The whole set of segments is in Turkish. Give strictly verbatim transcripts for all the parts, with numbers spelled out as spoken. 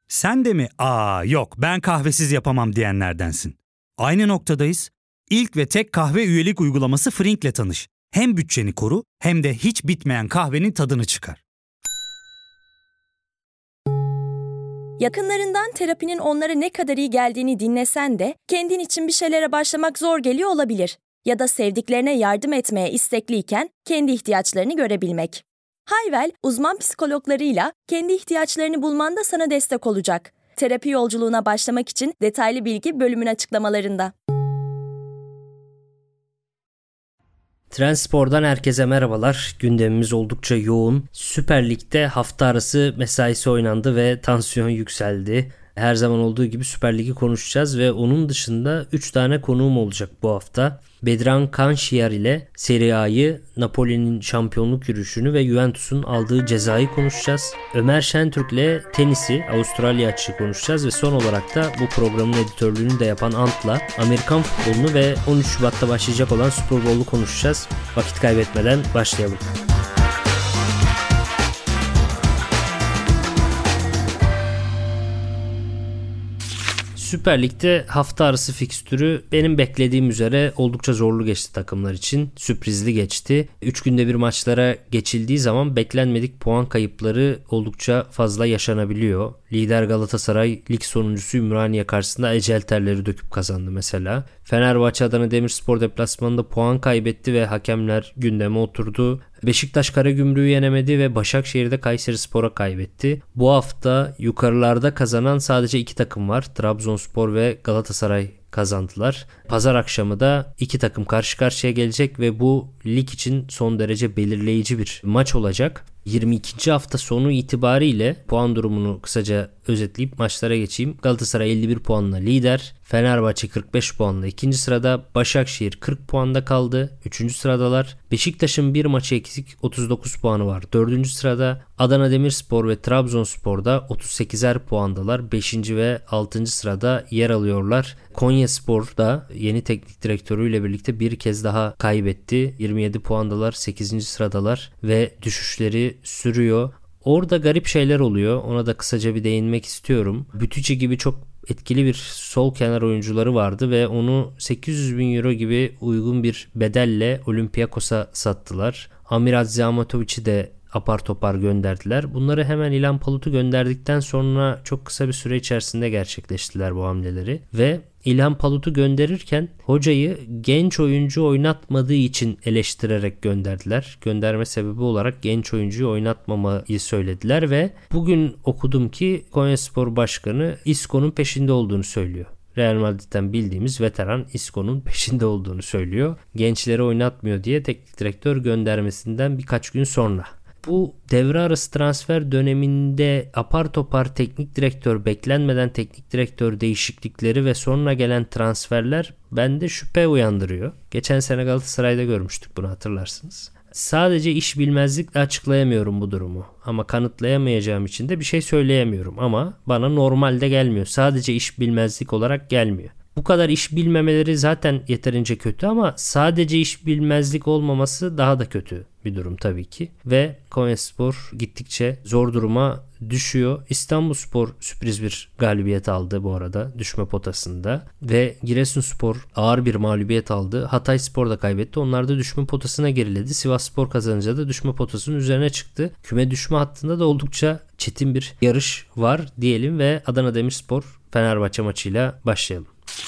Sen de mi "Aa yok ben kahvesiz yapamam" diyenlerdensin? Aynı noktadayız. İlk ve tek kahve üyelik uygulaması Frink'le tanış. Hem bütçeni koru hem de hiç bitmeyen kahvenin tadını çıkar. Yakınlarından terapinin onlara ne kadar iyi geldiğini dinlesen de kendin için bir şeylere başlamak zor geliyor olabilir. Ya da sevdiklerine yardım etmeye istekliyken kendi ihtiyaçlarını görebilmek. Hayvel, uzman psikologlarıyla kendi ihtiyaçlarını bulmanda sana destek olacak. Terapi yolculuğuna başlamak için detaylı bilgi bölümün açıklamalarında. Trendspor'dan herkese merhabalar. Gündemimiz oldukça yoğun. Süper Lig'de hafta arası mesaisi oynandı ve tansiyon yükseldi. Her zaman olduğu gibi Süper Lig'i konuşacağız ve onun dışında üç tane konuğum olacak bu hafta. Bedran Kanşiyar ile Serie A'yı, Napoli'nin şampiyonluk yürüyüşünü ve Juventus'un aldığı cezayı konuşacağız. Ömer Şentürk ile tenisi, Avustralya açığı konuşacağız ve son olarak da bu programın editörlüğünü de yapan Ant'la Amerikan futbolunu ve on üç Şubat'ta başlayacak olan Super Bowl'u konuşacağız. Vakit kaybetmeden başlayalım. Süper Lig'de hafta arası fikstürü benim beklediğim üzere oldukça zorlu geçti takımlar için. Sürprizli geçti. üç günde bir maçlara geçildiği zaman beklenmedik puan kayıpları oldukça fazla yaşanabiliyor. Lider Galatasaray lig sonuncusu Ümraniye karşısında ecel terleri döküp kazandı mesela. Fenerbahçe Adana Demirspor deplasmanında puan kaybetti ve hakemler gündeme oturdu. Beşiktaş Karagümrük'ü yenemedi ve Başakşehir'de Kayserispor'a kaybetti. Bu hafta yukarılarda kazanan sadece iki takım var. Trabzonspor ve Galatasaray kazandılar. Pazar akşamı da iki takım karşı karşıya gelecek ve bu lig için son derece belirleyici bir maç olacak. yirmi ikinci hafta sonu itibariyle puan durumunu kısaca özetleyip maçlara geçeyim. Galatasaray elli bir puanla lider. Fenerbahçe kırk beş puanla ikinci sırada. Başakşehir kırk puanda kaldı. üçüncü sıradalar. Beşiktaş'ın bir maçı eksik otuz dokuz puanı var. dördüncü sırada. Adana Demirspor ve Trabzonspor'da otuz sekizer puandalar. beşinci ve altıncı sırada yer alıyorlar. Konyaspor da yeni teknik direktörüyle birlikte bir kez daha kaybetti. yirmi yedi puandalar, sekizinci sıradalar ve düşüşleri sürüyor. Orada garip şeyler oluyor. Ona da kısaca bir değinmek istiyorum. Bütücü gibi çok etkili bir sol kenar oyuncuları vardı ve onu sekiz yüz bin euro gibi uygun bir bedelle Olympiakos'a sattılar. Amiradze Amatovic'i de apar topar gönderdiler. Bunları hemen İlhan Palut'u gönderdikten sonra çok kısa bir süre içerisinde gerçekleştiler bu hamleleri ve İlhan Palut'u gönderirken hocayı genç oyuncu oynatmadığı için eleştirerek gönderdiler. Gönderme sebebi olarak genç oyuncuyu oynatmamayı söylediler ve bugün okudum ki Konyaspor Başkanı Isco'nun peşinde olduğunu söylüyor. Real Madrid'den bildiğimiz veteran Isco'nun peşinde olduğunu söylüyor. Gençleri oynatmıyor diye teknik direktör göndermesinden birkaç gün sonra. Bu devre arası transfer döneminde apar topar teknik direktör, beklenmeden teknik direktör değişiklikleri ve sonra gelen transferler bende şüphe uyandırıyor. Geçen sene Galatasaray'da görmüştük bunu, hatırlarsınız. Sadece iş bilmezlikle açıklayamıyorum bu durumu. Ama kanıtlayamayacağım için de bir şey söyleyemiyorum. Ama bana normalde gelmiyor. Sadece iş bilmezlik olarak gelmiyor. Bu kadar iş bilmemeleri zaten yeterince kötü ama sadece iş bilmezlik olmaması daha da kötü bir durum tabii ki. Ve Konyaspor gittikçe zor duruma düşüyor. İstanbulspor sürpriz bir galibiyet aldı bu arada düşme potasında. Ve Giresunspor ağır bir mağlubiyet aldı. Hatayspor da kaybetti. Onlar da düşme potasına geriledi. Sivasspor kazanınca da düşme potasının üzerine çıktı. Küme düşme hattında da oldukça çetin bir yarış var diyelim ve Adana Demirspor Fenerbahçe maçıyla başlayalım.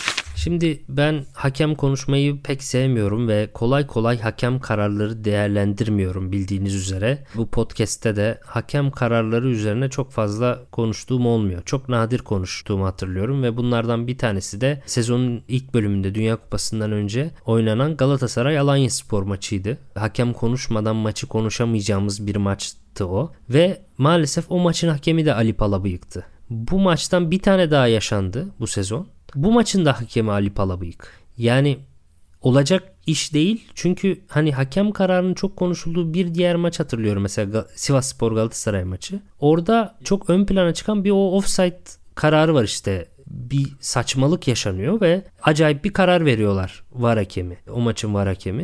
Şimdi ben hakem konuşmayı pek sevmiyorum ve kolay kolay hakem kararları değerlendirmiyorum bildiğiniz üzere. Bu podcast'te de hakem kararları üzerine çok fazla konuştuğum olmuyor. Çok nadir konuştuğumu hatırlıyorum ve bunlardan bir tanesi de sezonun ilk bölümünde Dünya Kupası'ndan önce oynanan Galatasaray Alanyaspor maçıydı. Hakem konuşmadan maçı konuşamayacağımız bir maçtı o ve maalesef o maçın hakemi de Ali Palabıyık'tı. Bu maçtan bir tane daha yaşandı bu sezon. Bu maçın da hakemi Ali Palabıyık. Yani olacak iş değil. Çünkü hani hakem kararının çok konuşulduğu bir diğer maç hatırlıyorum. Mesela Sivasspor Galatasaray maçı. Orada çok ön plana çıkan bir o offside kararı var işte. Bir saçmalık yaşanıyor ve acayip bir karar veriyorlar V A R hakemi. O maçın V A R hakemi.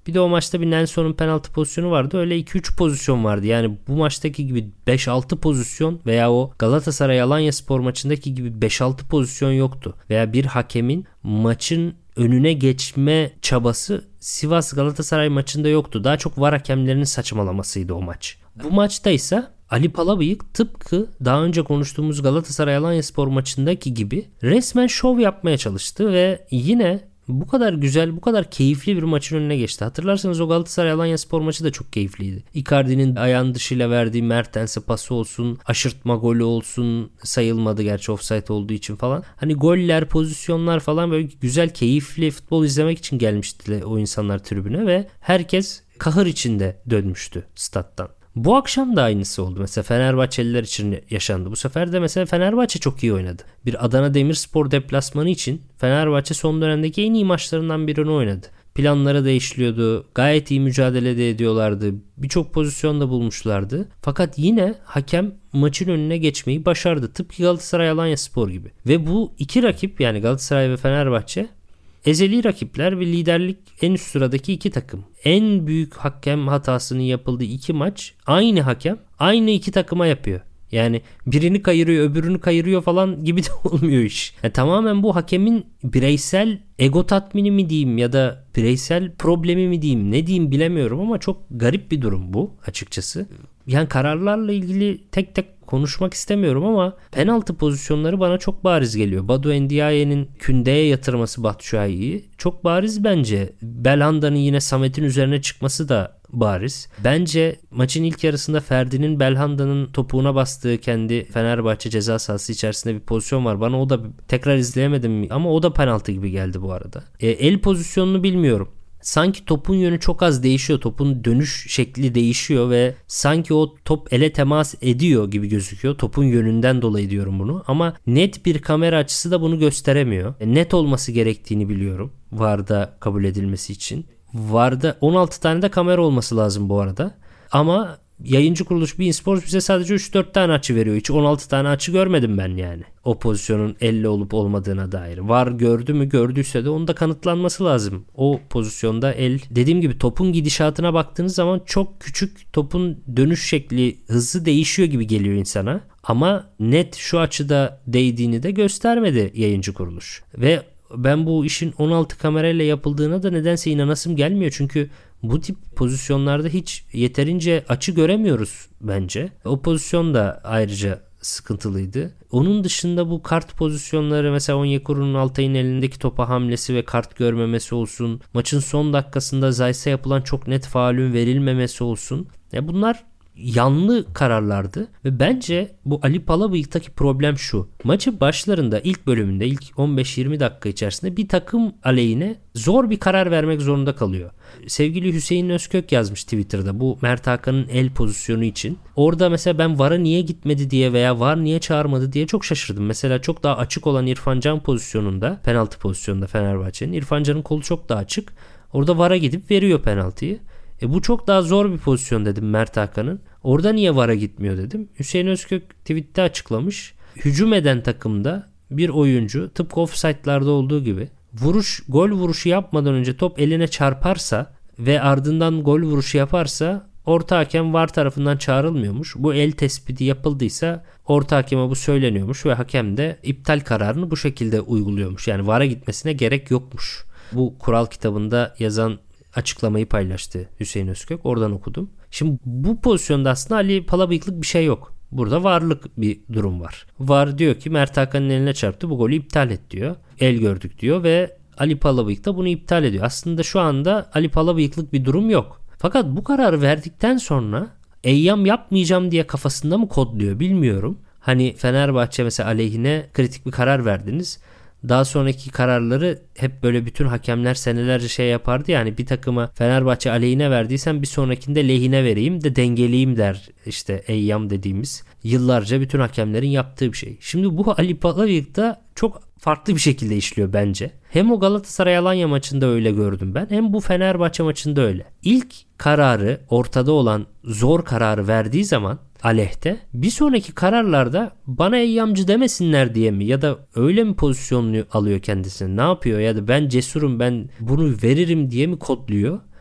Bir de o maçta bir Nelson'un penaltı pozisyonu vardı. Öyle iki üç pozisyon vardı. Yani bu maçtaki gibi beş altı pozisyon veya o Galatasaray Alanyaspor maçındaki gibi beş altı pozisyon yoktu. Veya bir hakemin maçın önüne geçme çabası Sivas Galatasaray maçında yoktu. Daha çok var hakemlerinin saçmalamasıydı o maç. Bu maçta ise Ali Palabıyık tıpkı daha önce konuştuğumuz Galatasaray Alanyaspor maçındaki gibi resmen şov yapmaya çalıştı ve yine bu kadar güzel, bu kadar keyifli bir maçın önüne geçti. Hatırlarsanız o Galatasaray Alanyaspor maçı da çok keyifliydi. Icardi'nin ayağın dışıyla verdiği Mertens'e pası olsun, aşırtma golü olsun, sayılmadı gerçi offside olduğu için falan. Hani goller, pozisyonlar falan böyle güzel, keyifli futbol izlemek için gelmişti o insanlar tribüne ve herkes kahır içinde dönmüştü stat'tan. Bu akşam da aynısı oldu. Mesela Fenerbahçeliler için yaşandı. Bu sefer de mesela Fenerbahçe çok iyi oynadı. Bir Adana Demirspor deplasmanı için Fenerbahçe son dönemdeki en iyi maçlarından birini oynadı. Planları değişiliyordu. Gayet iyi mücadele de ediyorlardı. Birçok pozisyonda bulmuşlardı. Fakat yine hakem maçın önüne geçmeyi başardı. Tıpkı Galatasaray Alanyaspor gibi. Ve bu iki rakip, yani Galatasaray ve Fenerbahçe, ezeli rakipler ve liderlik en üst sıradaki iki takım. En büyük hakem hatasının yapıldığı iki maç aynı hakem aynı iki takıma yapıyor. Yani birini kayırıyor, öbürünü kayırıyor falan gibi de olmuyor iş. Yani tamamen bu hakemin bireysel ego tatmini mi diyeyim ya da bireysel problemi mi diyeyim, ne diyeyim bilemiyorum ama çok garip bir durum bu açıkçası. Yani kararlarla ilgili tek tek konuşmak istemiyorum ama penaltı pozisyonları bana çok bariz geliyor. Badu Endiaye'nin kündeye yatırması Batshuayi'yi çok bariz bence. Belhanda'nın yine Samet'in üzerine çıkması da bariz. Bence maçın ilk yarısında Ferdi'nin Belhanda'nın topuğuna bastığı kendi Fenerbahçe ceza sahası içerisinde bir pozisyon var. Bana o da tekrar izleyemedim ama o da penaltı gibi geldi bu arada. E, el pozisyonunu bilmiyorum. Sanki topun yönü çok az değişiyor. Topun dönüş şekli değişiyor ve sanki o top ele temas ediyor gibi gözüküyor. Topun yönünden dolayı diyorum bunu. Ama net bir kamera açısı da bunu gösteremiyor. Net olması gerektiğini biliyorum V A R'da kabul edilmesi için. V A R'da on altı tane de kamera olması lazım bu arada. Ama yayıncı kuruluş beIN Sports bize sadece üç dört tane açı veriyor. Hiç on altı tane açı görmedim ben yani. O pozisyonun elle olup olmadığına dair. V A R gördü mü, gördüyse de onun da kanıtlanması lazım. O pozisyonda el, dediğim gibi topun gidişatına baktığınız zaman çok küçük, topun dönüş şekli, hızı değişiyor gibi geliyor insana. Ama net şu açıda değdiğini de göstermedi yayıncı kuruluş. Ve ben bu işin on altı kamerayla yapıldığına da nedense inanasım gelmiyor. Çünkü bu tip pozisyonlarda hiç yeterince açı göremiyoruz bence. O pozisyon da ayrıca sıkıntılıydı. Onun dışında bu kart pozisyonları, mesela Onyekuru'nun Altay'ın elindeki topa hamlesi ve kart görmemesi olsun. Maçın son dakikasında Zayt'e yapılan çok net faulün verilmemesi olsun. Ya bunlar yanlı kararlardı ve bence bu Ali Palabıyık'taki problem şu. Maçın başlarında, ilk bölümünde, ilk on beş yirmi dakika içerisinde bir takım aleyhine zor bir karar vermek zorunda kalıyor. Sevgili Hüseyin Özkök yazmış Twitter'da bu Mert Hakan'ın el pozisyonu için. Orada mesela ben V A R'a niye gitmedi diye veya V A R niye çağırmadı diye çok şaşırdım. Mesela çok daha açık olan İrfan Can pozisyonunda, penaltı pozisyonunda Fenerbahçe'nin, İrfan Can'ın kolu çok daha açık. Orada V A R'a gidip veriyor penaltıyı. E bu çok daha zor bir pozisyon dedim Mert Hakan'ın. Orada niye V A R'a gitmiyor dedim. Hüseyin Özkök tweette açıklamış. Hücum eden takımda bir oyuncu tıpkı offside'larda olduğu gibi vuruş, gol vuruşu yapmadan önce top eline çarparsa ve ardından gol vuruşu yaparsa orta hakem V A R tarafından çağrılmıyormuş. Bu el tespiti yapıldıysa orta hakeme bu söyleniyormuş ve hakem de iptal kararını bu şekilde uyguluyormuş. Yani V A R'a gitmesine gerek yokmuş. Bu kural kitabında yazan açıklamayı paylaştı Hüseyin Özkök. Oradan okudum. Şimdi bu pozisyonda aslında Ali Palabıyıklık bir şey yok. Burada varlık bir durum var. V A R diyor ki Mert Hakan'ın eline çarptı, bu golü iptal et diyor. El gördük diyor ve Ali Palabıyık da bunu iptal ediyor. Aslında şu anda Ali Palabıyıklık bir durum yok. Fakat bu kararı verdikten sonra eyyam yapmayacağım diye kafasında mı kodluyor bilmiyorum. Hani Fenerbahçe mesela aleyhine kritik bir karar verdiniz. Daha sonraki kararları hep böyle bütün hakemler senelerce şey yapardı. Yani bir takıma Fenerbahçe aleyhine verdiysen bir sonrakinde lehine vereyim de dengeleyeyim der işte eyyam dediğimiz. Yıllarca bütün hakemlerin yaptığı bir şey. Şimdi bu Ali Palabıyık'ta çok farklı bir şekilde işliyor bence. Hem o Galatasaray Alanya maçında öyle gördüm ben, hem bu Fenerbahçe maçında öyle. İlk kararı, ortada olan zor kararı verdiği zaman aleyhte, bir sonraki kararlarda bana eyyamcı demesinler diye mi ya da öyle mi pozisyonunu alıyor kendisini, ne yapıyor ya da ben cesurum, ben bunu veririm diye mi kodluyor?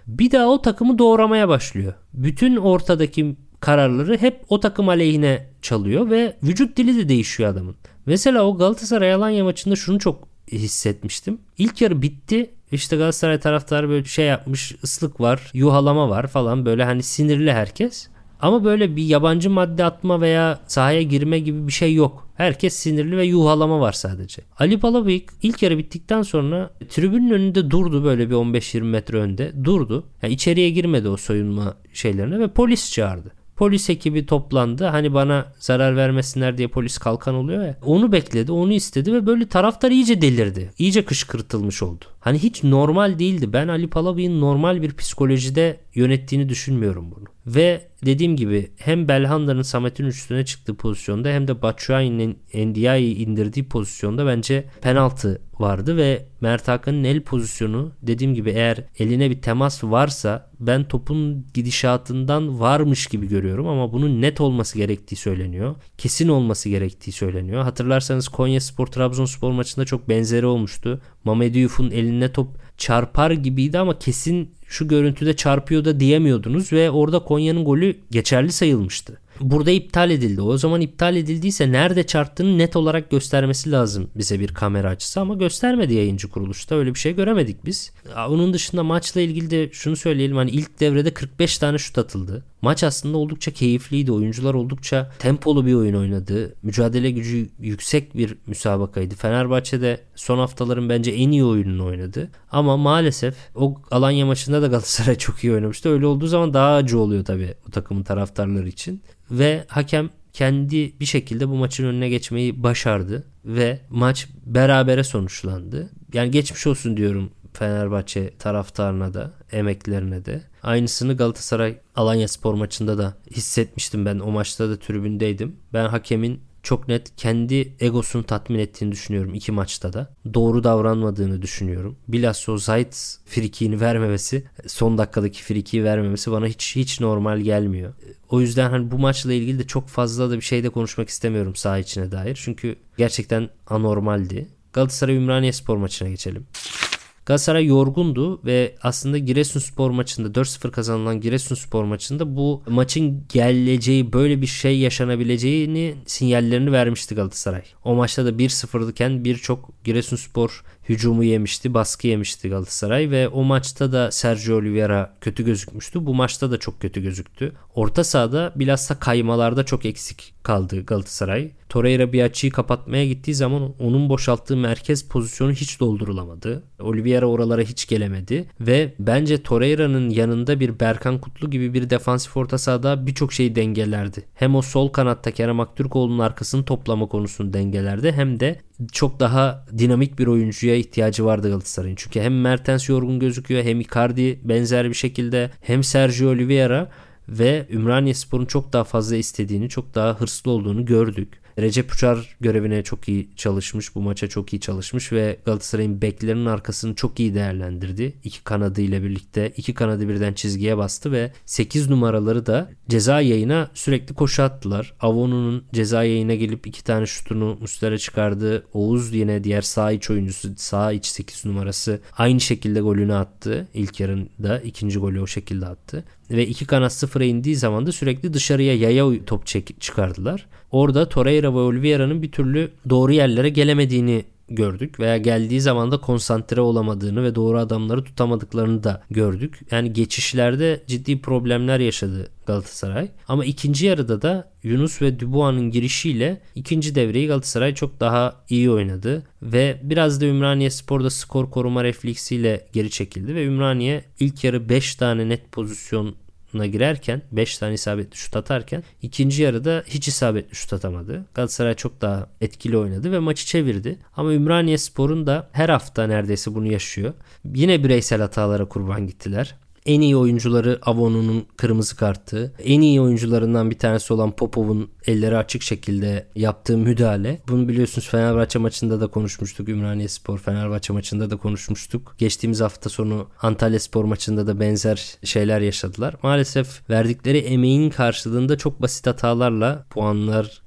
Bir daha o takımı doğramaya başlıyor. Bütün ortadaki kararları hep o takım aleyhine çalıyor ve vücut dili de değişiyor adamın. Mesela o Galatasaray Alanya maçında şunu çok hissetmiştim. İlk yarı bitti. İşte Galatasaray taraftarı böyle şey yapmış, ıslık var, yuhalama var falan, böyle hani sinirli herkes. Ama böyle bir yabancı madde atma veya sahaya girme gibi bir şey yok. Herkes sinirli ve yuhalama var sadece. Ali Palabıyık ilk yarı bittikten sonra tribünün önünde durdu, böyle bir on beş yirmi metre önde durdu. Yani içeriye girmedi o soyunma şeylerine ve polis çağırdı. Polis ekibi toplandı. Hani bana zarar vermesinler diye polis kalkan oluyor ya. Onu bekledi, onu istedi ve böyle taraftar iyice delirdi. İyice kışkırtılmış oldu. Hani hiç normal değildi. Ben Ali Palabıyık'ın normal bir psikolojide yönettiğini düşünmüyorum bunu. Ve dediğim gibi hem Belhanda'nın Samet'in üstüne çıktığı pozisyonda hem de Batshuayi'nin Ndiaye'yi indirdiği pozisyonda bence penaltı vardı ve Mert Hakan'ın el pozisyonu, dediğim gibi eğer eline bir temas varsa ben topun gidişatından varmış gibi görüyorum ama bunun net olması gerektiği söyleniyor. Kesin olması gerektiği söyleniyor. Hatırlarsanız Konyaspor Trabzonspor maçında çok benzeri olmuştu. Mamedi Yuf'un eline top çarpar gibiydi ama kesin şu görüntüde çarpıyor da diyemiyordunuz ve orada Konya'nın golü geçerli sayılmıştı. Burada iptal edildi. O zaman iptal edildiyse nerede çarptığını net olarak göstermesi lazım bize bir kamera açısı ama göstermedi yayıncı kuruluşta. Öyle bir şey göremedik biz. Onun dışında maçla ilgili de şunu söyleyelim. Hani ilk devrede kırk beş tane şut atıldı. Maç aslında oldukça keyifliydi. Oyuncular oldukça tempolu bir oyun oynadı. Mücadele gücü yüksek bir müsabakaydı. Fenerbahçe'de son haftaların bence en iyi oyununu oynadı. Ama maalesef o Alanya maçında da Galatasaray çok iyi oynamıştı. Öyle olduğu zaman daha acı oluyor tabii o takımın taraftarları için. Ve hakem kendi bir şekilde bu maçın önüne geçmeyi başardı ve maç berabere sonuçlandı. Yani geçmiş olsun diyorum Fenerbahçe taraftarına da, emeklerine de. Aynısını Galatasaray Alanyaspor maçında da hissetmiştim ben. O maçta da tribündeydim. Ben hakemin çok net kendi egosunu tatmin ettiğini düşünüyorum iki maçta da. Doğru davranmadığını düşünüyorum. Bilhassa o Zayt frikiğini vermemesi, son dakikadaki frikiği vermemesi bana hiç hiç normal gelmiyor. O yüzden hani bu maçla ilgili de çok fazla da bir şey de konuşmak istemiyorum saha içine dair. Çünkü gerçekten anormaldi. Galatasaray Ümraniyespor maçına geçelim. Galatasaray yorgundu ve aslında Giresunspor maçında dört sıfır kazanılan Giresunspor maçında bu maçın geleceği, böyle bir şey yaşanabileceğini sinyallerini vermişti Galatasaray. O maçta da bir sıfırken birçok Giresunspor hücumu yemişti, baskı yemişti Galatasaray ve o maçta da Sergio Oliveira kötü gözükmüştü. Bu maçta da çok kötü gözüktü. Orta sahada bilhassa kaymalarda çok eksik kaldı Galatasaray. Torreira bir açıyı kapatmaya gittiği zaman onun boşalttığı merkez pozisyonu hiç doldurulamadı. Oliveira oralara hiç gelemedi ve bence Torreira'nın yanında bir Berkan Kutlu gibi bir defansif orta sahada birçok şeyi dengelerdi. Hem o sol kanatta Kerem Aktürkoğlu'nun arkasını toplama konusunu dengelerdi hem de çok daha dinamik bir oyuncuya ihtiyacı vardı Galatasaray'ın. Çünkü hem Mertens yorgun gözüküyor, hem Icardi benzer bir şekilde, hem Sergio Oliveira ve Ümraniyespor'un çok daha fazla istediğini, çok daha hırslı olduğunu gördük. Recep Uçar görevine çok iyi çalışmış, bu maça çok iyi çalışmış ve Galatasaray'ın beklerinin arkasını çok iyi değerlendirdi. İki kanadıyla birlikte iki kanadı birden çizgiye bastı ve sekiz numaraları da ceza yayına sürekli koşu attılar. Avon'un ceza yayına gelip iki tane şutunu Muslera çıkardı. Oğuz yine diğer sağ iç oyuncusu, sağ iç sekiz numarası aynı şekilde golünü attı. İlk yarında ikinci golü o şekilde attı. Ve iki kanat sıfıra indiği zaman da sürekli dışarıya yaya top çek- çıkardılar. Orada Torreira ve Oliveira'nın bir türlü doğru yerlere gelemediğini gördük veya geldiği zaman da konsantre olamadığını ve doğru adamları tutamadıklarını da gördük. Yani geçişlerde ciddi problemler yaşadı Galatasaray. Ama ikinci yarıda da Yunus ve Dubois'un girişiyle ikinci devreyi Galatasaray çok daha iyi oynadı ve biraz da Ümraniyespor'da skor koruma refleksiyle geri çekildi ve Ümraniye ilk yarı beş tane net pozisyon girerken, beş tane isabetli şut atarken ikinci yarıda hiç isabetli şut atamadı. Galatasaray çok daha etkili oynadı ve maçı çevirdi. Ama Ümraniyespor'un da her hafta neredeyse bunu yaşıyor. Yine bireysel hatalara kurban gittiler. En iyi oyuncuları Avon'un kırmızı kartı. En iyi oyuncularından bir tanesi olan Popov'un elleri açık şekilde yaptığı müdahale. Bunu biliyorsunuz Fenerbahçe maçında da konuşmuştuk. Ümraniyespor Fenerbahçe maçında da konuşmuştuk. Geçtiğimiz hafta sonu Antalyaspor maçında da benzer şeyler yaşadılar. Maalesef verdikleri emeğin karşılığında çok basit hatalarla puanlar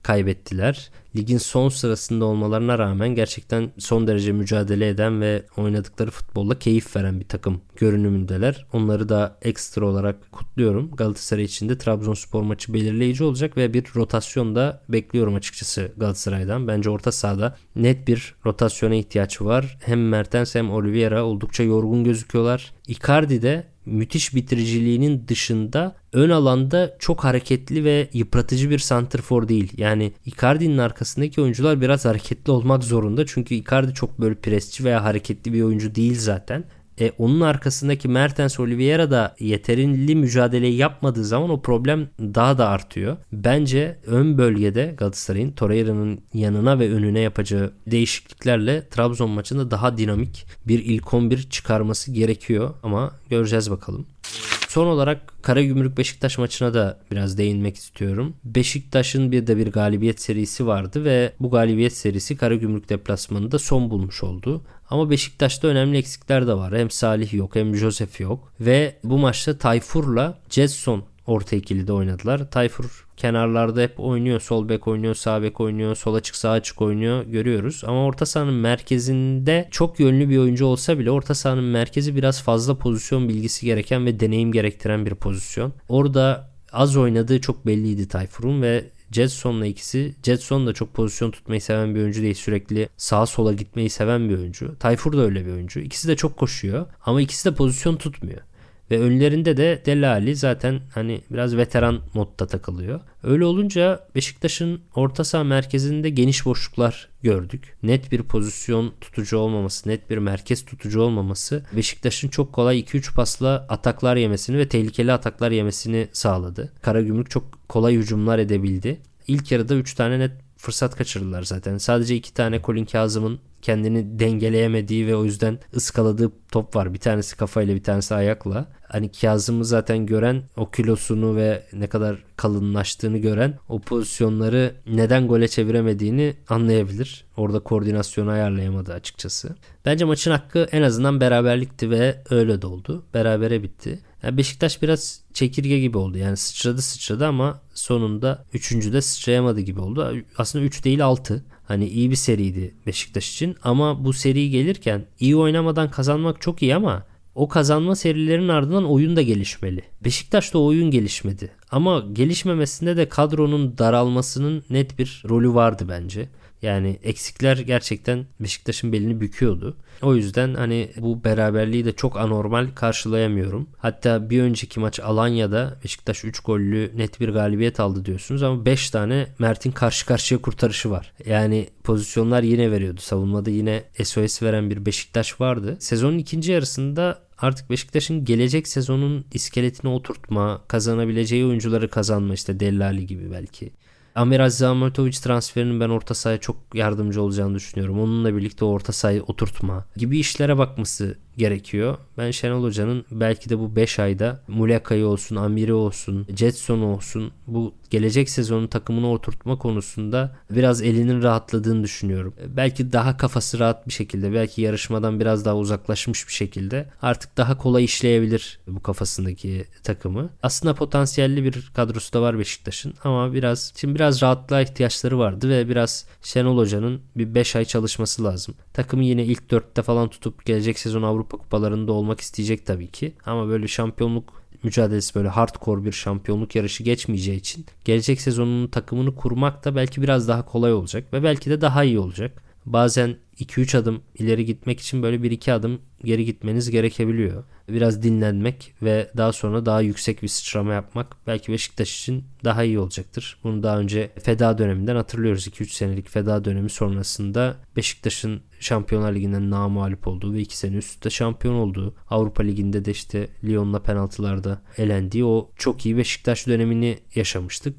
kaybettiler. Ligin son sırasında olmalarına rağmen gerçekten son derece mücadele eden ve oynadıkları futbolla keyif veren bir takım görünümündeler. Onları da ekstra olarak kutluyorum. Galatasaray için de Trabzonspor maçı belirleyici olacak ve bir rotasyon da bekliyorum açıkçası Galatasaray'dan. Bence orta sahada net bir rotasyona ihtiyaç var. Hem Mertens hem Oliveira oldukça yorgun gözüküyorlar. Icardi de müthiş bitiriciliğinin dışında ön alanda çok hareketli ve yıpratıcı bir santrfor değil. Yani Icardi'nin arkasındaki oyuncular biraz hareketli olmak zorunda. Çünkü Icardi çok böyle presçi veya hareketli bir oyuncu değil zaten. E, onun arkasındaki Mertens, Oliveira da yeterli mücadeleyi yapmadığı zaman o problem daha da artıyor. Bence ön bölgede Galatasaray'ın Torreira'nın yanına ve önüne yapacağı değişikliklerle Trabzon maçında daha dinamik bir ilk on bir çıkarması gerekiyor ama göreceğiz bakalım. Son olarak Karagümrük Beşiktaş maçına da biraz değinmek istiyorum. Beşiktaş'ın bir de bir galibiyet serisi vardı ve bu galibiyet serisi Karagümrük deplasmanında son bulmuş oldu. Ama Beşiktaş'ta önemli eksikler de var. Hem Salih yok hem Josef yok. Ve bu maçta Tayfur'la Jetson orta ikilide oynadılar. Tayfur kenarlarda hep oynuyor. Sol bek oynuyor, sağ bek oynuyor, sol açık sağ açık oynuyor görüyoruz. Ama orta sahanın merkezinde çok yönlü bir oyuncu olsa bile orta sahanın merkezi biraz fazla pozisyon bilgisi gereken ve deneyim gerektiren bir pozisyon. Orada az oynadığı çok belliydi Tayfur'un ve Jetson'la ikisi. Jetson da çok pozisyon tutmayı seven bir oyuncu değil. Sürekli sağa sola gitmeyi seven bir oyuncu. Tayfur da öyle bir oyuncu. İkisi de çok koşuyor ama ikisi de pozisyon tutmuyor. Ve önlerinde de Dele Alli zaten hani biraz veteran modda takılıyor. Öyle olunca Beşiktaş'ın orta saha merkezinde geniş boşluklar gördük. Net bir pozisyon tutucu olmaması, net bir merkez tutucu olmaması Beşiktaş'ın çok kolay iki üç pasla ataklar yemesini ve tehlikeli ataklar yemesini sağladı. Karagümrük çok kolay hücumlar edebildi. İlk yarıda üç tane net fırsat kaçırdılar zaten. Sadece iki tane Colin Kazım'ın kendini dengeleyemediği ve o yüzden ıskaladığı top var. Bir tanesi kafayla, bir tanesi ayakla. Hani Kazım'ı zaten gören, o kilosunu ve ne kadar kalınlaştığını gören o pozisyonları neden gole çeviremediğini anlayabilir. Orada koordinasyonu ayarlayamadı açıkçası. Bence maçın hakkı en azından beraberlikti ve öyle de oldu. Berabere bitti. Yani Beşiktaş biraz çekirge gibi oldu. Yani sıçradı sıçradı ama sonunda üçüncüde sıçrayamadı gibi oldu. Aslında üç değil altı. Hani iyi bir seriydi Beşiktaş için ama bu seri gelirken iyi oynamadan kazanmak çok iyi ama o kazanma serilerinin ardından oyun da gelişmeli. Beşiktaş'ta oyun gelişmedi ama gelişmemesinde de kadronun daralmasının net bir rolü vardı bence. Yani eksikler gerçekten Beşiktaş'ın belini büküyordu. O yüzden hani bu beraberliği de çok anormal karşılayamıyorum. Hatta bir önceki maç Alanya'da Beşiktaş üç gollü net bir galibiyet aldı diyorsunuz ama beş tane Mert'in karşı karşıya kurtarışı var. Yani pozisyonlar yine veriyordu. Savunmada yine S O S veren bir Beşiktaş vardı. Sezonun ikinci yarısında artık Beşiktaş'ın gelecek sezonun iskeletine oturtma, kazanabileceği oyuncuları kazanma, işte Dellali gibi belki. Amir Aziz Ahmetoviç transferinin ben orta sahaya çok yardımcı olacağını düşünüyorum. Onunla birlikte orta sahayı oturtma gibi işlere bakması gerekiyor. Ben Şenol Hoca'nın belki de bu beş ayda Muleka'yı olsun, Amir'i olsun, Jetson'u olsun bu gelecek sezonun takımını oturtma konusunda biraz elinin rahatladığını düşünüyorum. Belki daha kafası rahat bir şekilde, belki yarışmadan biraz daha uzaklaşmış bir şekilde artık daha kolay işleyebilir bu kafasındaki takımı. Aslında potansiyelli bir kadrosu da var Beşiktaş'ın ama biraz şimdi biraz rahatlığa ihtiyaçları vardı ve biraz Şenol Hoca'nın bir beş ay çalışması lazım. Takımı yine ilk dörtte falan tutup gelecek sezon Avrupa kupalarında olmak isteyecek tabii ki. Ama böyle şampiyonluk mücadelesi, böyle hardcore bir şampiyonluk yarışı geçmeyeceği için gelecek sezonun takımını kurmak da belki biraz daha kolay olacak ve belki de daha iyi olacak. Bazen iki üç adım ileri gitmek için böyle bir iki adım geri gitmeniz gerekebiliyor. Biraz dinlenmek ve daha sonra daha yüksek bir sıçrama yapmak belki Beşiktaş için daha iyi olacaktır. Bunu daha önce feda döneminden hatırlıyoruz. iki üç senelik feda dönemi sonrasında Beşiktaş'ın Şampiyonlar Ligi'nden namağlup olduğu ve iki sene üst üste şampiyon olduğu, Avrupa Ligi'nde de işte Lyon'la penaltılarda elendiği o çok iyi Beşiktaş dönemini yaşamıştık.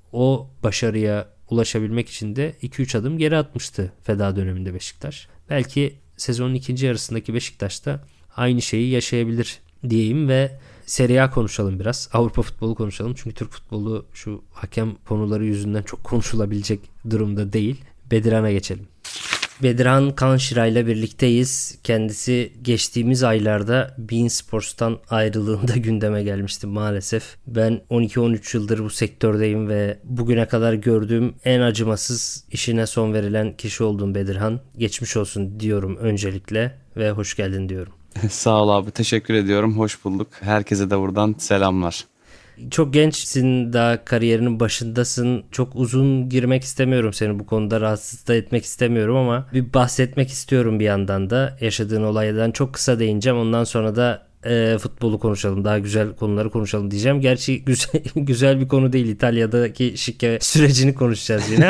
O başarıya ulaşabilmek için de iki üç adım geri atmıştı feda döneminde Beşiktaş. Belki sezonun ikinci yarısındaki Beşiktaş'ta aynı şeyi yaşayabilir diyeyim ve Serie A konuşalım biraz. Avrupa futbolu konuşalım. Çünkü Türk futbolu şu hakem konuları yüzünden çok konuşulabilecek durumda değil. Bediran'a geçelim. Bedirhan Kanşira ile birlikteyiz. Kendisi geçtiğimiz aylarda beIN Sports'tan ayrılığında gündeme gelmişti maalesef. Ben on iki on üç yıldır bu sektördeyim ve bugüne kadar gördüğüm en acımasız işine son verilen kişi oldum Bedirhan. Geçmiş olsun diyorum öncelikle ve hoş geldin diyorum. Sağ ol abi, teşekkür ediyorum. Hoş bulduk. Herkese de buradan selamlar. Çok gençsin, daha kariyerinin başındasın. Çok uzun girmek istemiyorum, seni bu konuda rahatsız da etmek istemiyorum ama bir bahsetmek istiyorum bir yandan da yaşadığın olaydan. Çok kısa değineceğim, ondan sonra da e, futbolu konuşalım, daha güzel konuları konuşalım diyeceğim. Gerçi güzel, güzel bir konu değil, İtalya'daki şike sürecini konuşacağız yine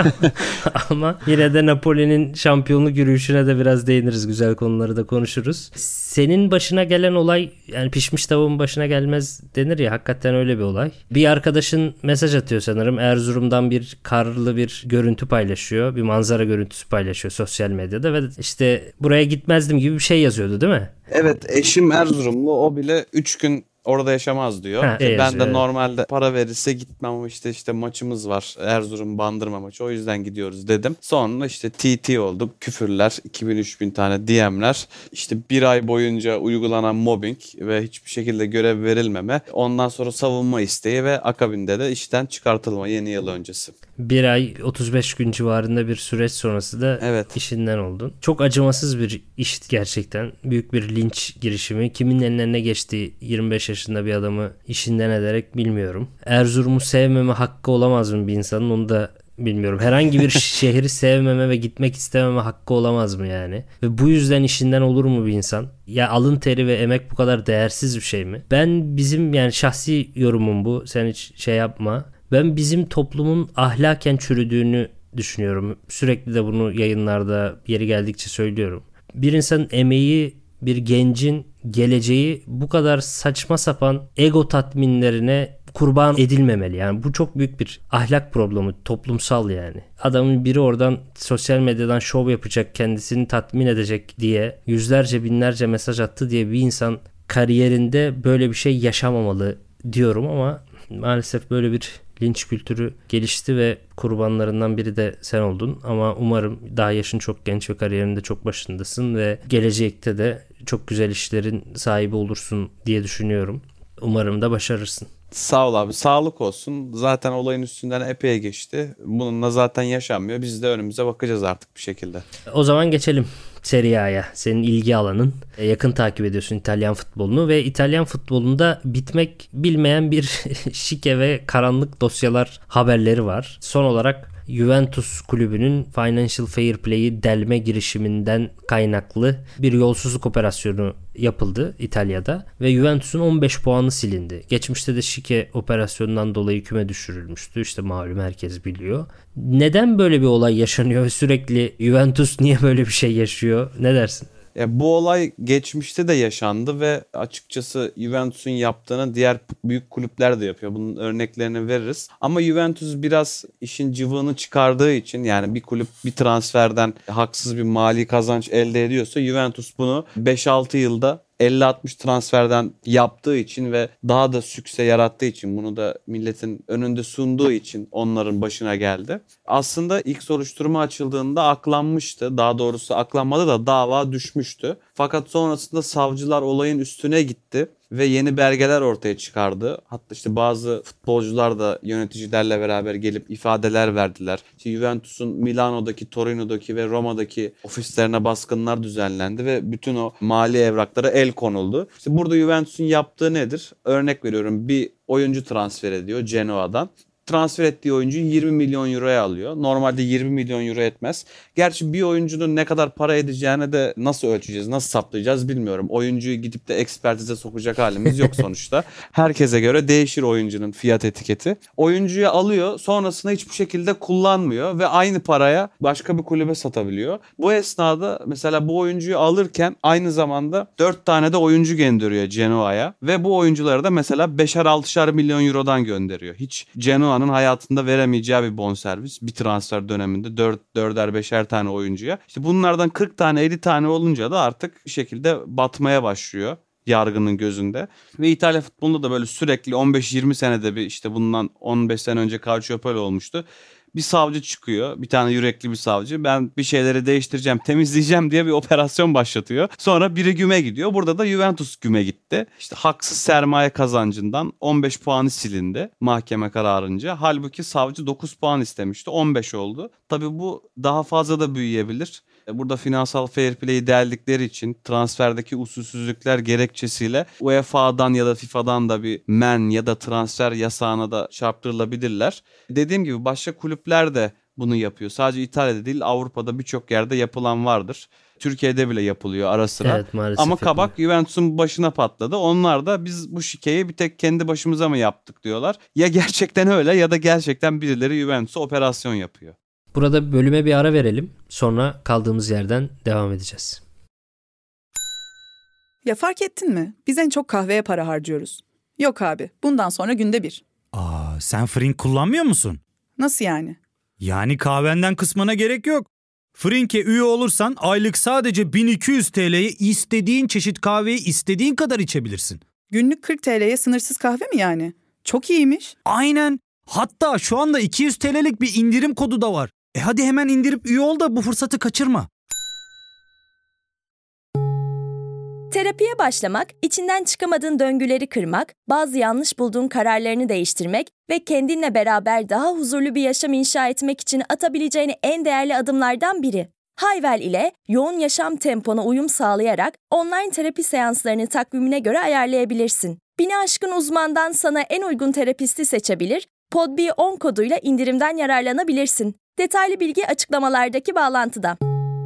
ama yine de Napoli'nin şampiyonluk yürüyüşüne de biraz değiniriz, güzel konuları da konuşuruz. Senin başına gelen olay, yani pişmiş tavuğun başına gelmez denir ya, hakikaten öyle bir olay. Bir arkadaşın mesaj atıyor sanırım, Erzurum'dan bir karlı bir görüntü paylaşıyor, bir manzara görüntüsü paylaşıyor sosyal medyada ve işte buraya gitmezdim gibi bir şey yazıyordu değil mi? Evet, eşim Erzurumlu, o bile üç gün orada yaşamaz diyor. Ha, ben yazıyor, de evet. Normalde para verirse gitmem ama işte işte maçımız var, Erzurum Bandırma maçı, o yüzden gidiyoruz dedim. Sonra işte T T olduk, küfürler, iki bin üç bin tane D M'ler, işte bir ay boyunca uygulanan mobbing ve hiçbir şekilde görev verilmeme, ondan sonra savunma isteği ve akabinde de işten çıkartılma yeni yıl öncesi. Bir ay otuz beş gün civarında bir süreç sonrası da Evet. işinden oldun. Çok acımasız bir iş gerçekten. Büyük bir linç girişimi. Kimin eline geçti yirmi beş yaşında bir adamı işinden ederek bilmiyorum. Erzurum'u sevmeme hakkı olamaz mı bir insanın, onu da bilmiyorum. Herhangi bir şehri sevmeme ve gitmek istememe hakkı olamaz mı yani? Ve bu yüzden işinden olur mu bir insan? Ya alın teri ve emek bu kadar değersiz bir şey mi? Ben bizim, yani şahsi yorumum bu. Sen hiç şey yapma. Ben bizim toplumun ahlaken çürüdüğünü düşünüyorum. Sürekli de bunu yayınlarda yeri geldikçe söylüyorum. Bir insanın emeği, bir gencin geleceği bu kadar saçma sapan ego tatminlerine kurban edilmemeli. Yani bu çok büyük bir ahlak problemi, toplumsal yani. Adamın biri oradan sosyal medyadan şov yapacak, kendisini tatmin edecek diye yüzlerce binlerce mesaj attı diye bir insan kariyerinde böyle bir şey yaşamamalı diyorum ama maalesef böyle bir linç kültürü gelişti ve kurbanlarından biri de sen oldun. Ama umarım, daha yaşın çok genç ve kariyerinde çok başındasın ve gelecekte de çok güzel işlerin sahibi olursun diye düşünüyorum. Umarım da başarırsın. Sağ ol abi, sağlık olsun. Zaten olayın üstünden epey geçti. Bununla zaten yaşanmıyor. Biz de önümüze bakacağız artık bir şekilde. O zaman geçelim Serie A'ya. Senin ilgi alanın. Yakın takip ediyorsun İtalyan futbolunu ve İtalyan futbolunda bitmek bilmeyen bir şike ve karanlık dosyalar haberleri var. Son olarak Juventus kulübünün Financial Fair Play'i delme girişiminden kaynaklı bir yolsuzluk operasyonu yapıldı İtalya'da ve Juventus'un on beş puanı silindi. Geçmişte de şike operasyonundan dolayı küme düşürülmüştü. İşte malum, herkes biliyor. Neden böyle bir olay yaşanıyor ve sürekli Juventus niye böyle bir şey yaşıyor? Ne dersin? Ya bu olay geçmişte de yaşandı ve açıkçası Juventus'un yaptığını diğer büyük kulüpler de yapıyor. Bunun örneklerini veririz. Ama Juventus biraz işin cıvığını çıkardığı için, yani bir kulüp bir transferden haksız bir mali kazanç elde ediyorsa, Juventus bunu beş altı yılda elli altmış transferden yaptığı için ve daha da sükse yarattığı için, bunu da milletin önünde sunduğu için onların başına geldi. Aslında ilk soruşturma açıldığında aklanmıştı. Daha doğrusu aklanmadı da dava düşmüştü. Fakat sonrasında savcılar olayın üstüne gitti ve yeni belgeler ortaya çıkardı. Hatta işte bazı futbolcular da yöneticilerle beraber gelip ifadeler verdiler. İşte Juventus'un Milano'daki, Torino'daki ve Roma'daki ofislerine baskınlar düzenlendi ve bütün o mali evraklara el konuldu. İşte burada Juventus'un yaptığı nedir? Örnek veriyorum, bir oyuncu transfer ediyor Genoa'dan. Transfer ettiği oyuncuyu yirmi milyon euroya alıyor. Normalde yirmi milyon euro etmez. Gerçi bir oyuncunun ne kadar para edeceğine de nasıl ölçeceğiz, nasıl saptayacağız bilmiyorum. Oyuncuyu gidip de ekspertize sokacak halimiz yok sonuçta. Herkese göre değişir oyuncunun fiyat etiketi. Oyuncuyu alıyor, sonrasında hiçbir şekilde kullanmıyor ve aynı paraya başka bir kulübe satabiliyor. Bu esnada mesela bu oyuncuyu alırken aynı zamanda dört tane de oyuncu gönderiyor Genoa'ya ve bu oyuncuları da mesela beşer altışar milyon eurodan gönderiyor. Hiç Genoa hayatında veremeyeceği bir bonservis bir transfer döneminde dört dörder beşer tane oyuncuya. İşte bunlardan kırk tane elli tane olunca da artık bir şekilde batmaya başlıyor yargının gözünde. Ve İtalya futbolunda da böyle sürekli on beş yirmi senede bir, işte bundan on beş sene önce Calciopoli olmuştu. bir savcı çıkıyor. Bir tane yürekli bir savcı. Ben bir şeyleri değiştireceğim, temizleyeceğim diye bir operasyon başlatıyor. Sonra biri güme gidiyor. Burada da Juventus güme gitti. İşte haksız sermaye kazancından on beş puanı silindi mahkeme kararınca. Halbuki savcı dokuz puan istemişti. on beş oldu. Tabii bu daha fazla da büyüyebilir. Burada finansal fair play'i deldikleri için transferdeki usulsüzlükler gerekçesiyle U E F A'dan ya da FIFA'dan da bir men ya da transfer yasağına da çarptırılabilirler. Dediğim gibi başka kulüpler de bunu yapıyor. Sadece İtalya'da değil, Avrupa'da birçok yerde yapılan vardır. Türkiye'de bile yapılıyor ara sıra. Evet, maalesef ama yapılıyor. kabak Juventus'un başına patladı. Onlar da biz bu şikeyi bir tek kendi başımıza mı yaptık diyorlar. Ya gerçekten öyle ya da gerçekten birileri Juventus'a operasyon yapıyor. Burada bölüme bir ara verelim. Sonra kaldığımız yerden devam edeceğiz. Ya fark ettin mi? Biz en çok kahveye para harcıyoruz. Yok abi, bundan sonra günde bir. Aa, sen Frink kullanmıyor musun? Nasıl yani? Yani kahvenden kısmına gerek yok. Frink'e üye olursan aylık sadece bin iki yüz T L'ye istediğin çeşit kahveyi istediğin kadar içebilirsin. Günlük kırk T L'ye sınırsız kahve mi yani? Çok iyiymiş. Aynen. Hatta şu anda iki yüz T L'lik bir indirim kodu da var. E hadi hemen indirip üye ol da bu fırsatı kaçırma. Terapiye başlamak, içinden çıkamadığın döngüleri kırmak, bazı yanlış bulduğun kararlarını değiştirmek ve kendinle beraber daha huzurlu bir yaşam inşa etmek için atabileceğin en değerli adımlardan biri. Hayvel ile yoğun yaşam tempona uyum sağlayarak online terapi seanslarını takvimine göre ayarlayabilirsin. Bini aşkın uzmandan sana en uygun terapisti seçebilir, Pod B on koduyla indirimden yararlanabilirsin. Detaylı bilgi açıklamalardaki bağlantıda.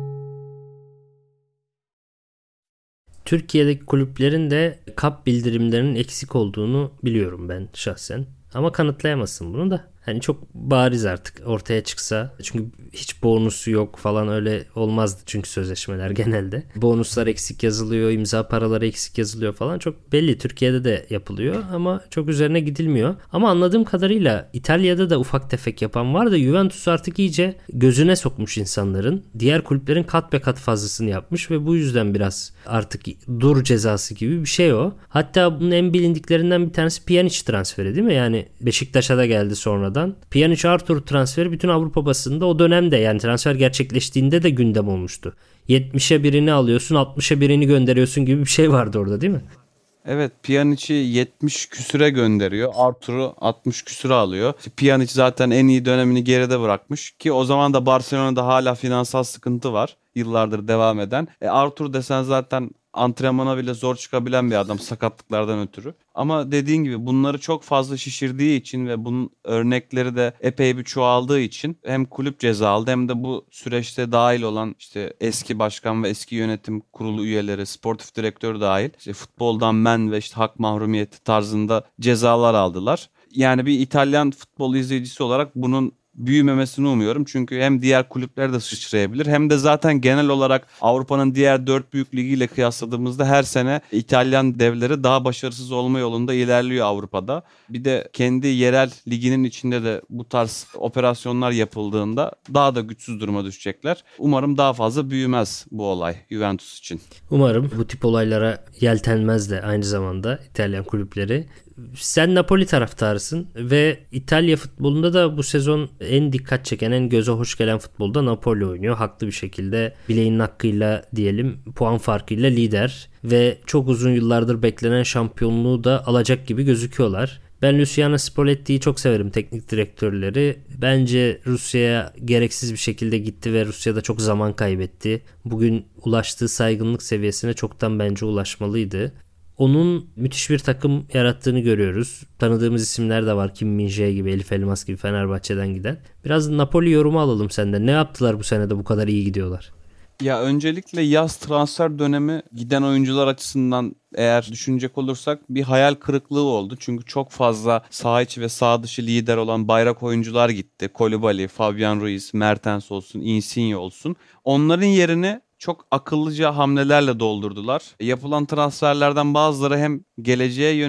Türkiye'deki kulüplerin de kap bildirimlerinin eksik olduğunu biliyorum ben şahsen. Ama kanıtlayamazsın bunu da. Hani çok bariz artık ortaya çıksa. Çünkü hiç bonusu yok falan, öyle olmazdı çünkü sözleşmeler genelde. Bonuslar eksik yazılıyor, imza paraları eksik yazılıyor falan. Çok belli, Türkiye'de de yapılıyor ama çok üzerine gidilmiyor. Ama anladığım kadarıyla İtalya'da da ufak tefek yapan var da Juventus artık iyice gözüne sokmuş insanların. Diğer kulüplerin kat be kat fazlasını yapmış ve bu yüzden biraz artık dur cezası gibi bir şey o. Hatta bunun en bilindiklerinden bir tanesi Pjanic transferi değil mi? Yani Beşiktaş'a da geldi sonradan. Pjanic Arthur transferi bütün Avrupa basında o dönemde, yani transfer gerçekleştiğinde de gündem olmuştu. yetmişe birini alıyorsun, altmışa birini gönderiyorsun gibi bir şey vardı orada değil mi? Evet, Pjanic'i yetmiş küsüre gönderiyor. Arthur'u altmış küsüre alıyor. Pjanic zaten en iyi dönemini geride bırakmış ki o zaman da Barcelona'da hala finansal sıkıntı var. Yıllardır devam eden. E Arthur desen zaten antrenmana bile zor çıkabilen bir adam sakatlıklardan ötürü. Ama dediğin gibi bunları çok fazla şişirdiği için ve bunun örnekleri de epey bir çoğaldığı için hem kulüp ceza aldı hem de bu süreçte dahil olan işte eski başkan ve eski yönetim kurulu üyeleri, sportif direktör dahil işte futboldan men ve işte hak mahrumiyeti tarzında cezalar aldılar. Yani bir İtalyan futbol izleyicisi olarak bunun büyümemesini umuyorum. Çünkü hem diğer kulüpler de sıçrayabilir hem de zaten genel olarak Avrupa'nın diğer dört büyük ligiyle kıyasladığımızda her sene İtalyan devleri daha başarısız olma yolunda ilerliyor Avrupa'da. Bir de kendi yerel liginin içinde de bu tarz operasyonlar yapıldığında daha da güçsüz duruma düşecekler. Umarım daha fazla büyümez bu olay Juventus için. Umarım bu tip olaylara yeltenmez de aynı zamanda İtalyan kulüpleri. Sen Napoli taraftarısın ve İtalya futbolunda da bu sezon en dikkat çeken, en göze hoş gelen futbolda Napoli oynuyor. Haklı bir şekilde bileğinin hakkıyla diyelim, puan farkıyla lider ve çok uzun yıllardır beklenen şampiyonluğu da alacak gibi gözüküyorlar. Ben Luciano Spalletti'yi çok severim, teknik direktörleri. Bence Rusya'ya gereksiz bir şekilde gitti ve Rusya'da çok zaman kaybetti. Bugün ulaştığı saygınlık seviyesine çoktan bence ulaşmalıydı. Onun müthiş bir takım yarattığını görüyoruz. Tanıdığımız isimler de var. Kim Min-jae gibi, Elif Elmas gibi Fenerbahçe'den giden. Biraz Napoli yorumu alalım senden. Ne yaptılar bu sene de bu kadar iyi gidiyorlar? Ya öncelikle yaz transfer dönemi giden oyuncular açısından eğer düşünecek olursak bir hayal kırıklığı oldu. Çünkü çok fazla sağ içi ve sağ dışı lider olan bayrak oyuncular gitti. Koulibaly, Fabian Ruiz, Mertens olsun, Insigne olsun. Onların yerini çok akıllıca hamlelerle doldurdular. Yapılan transferlerden bazıları hem geleceğe yönelik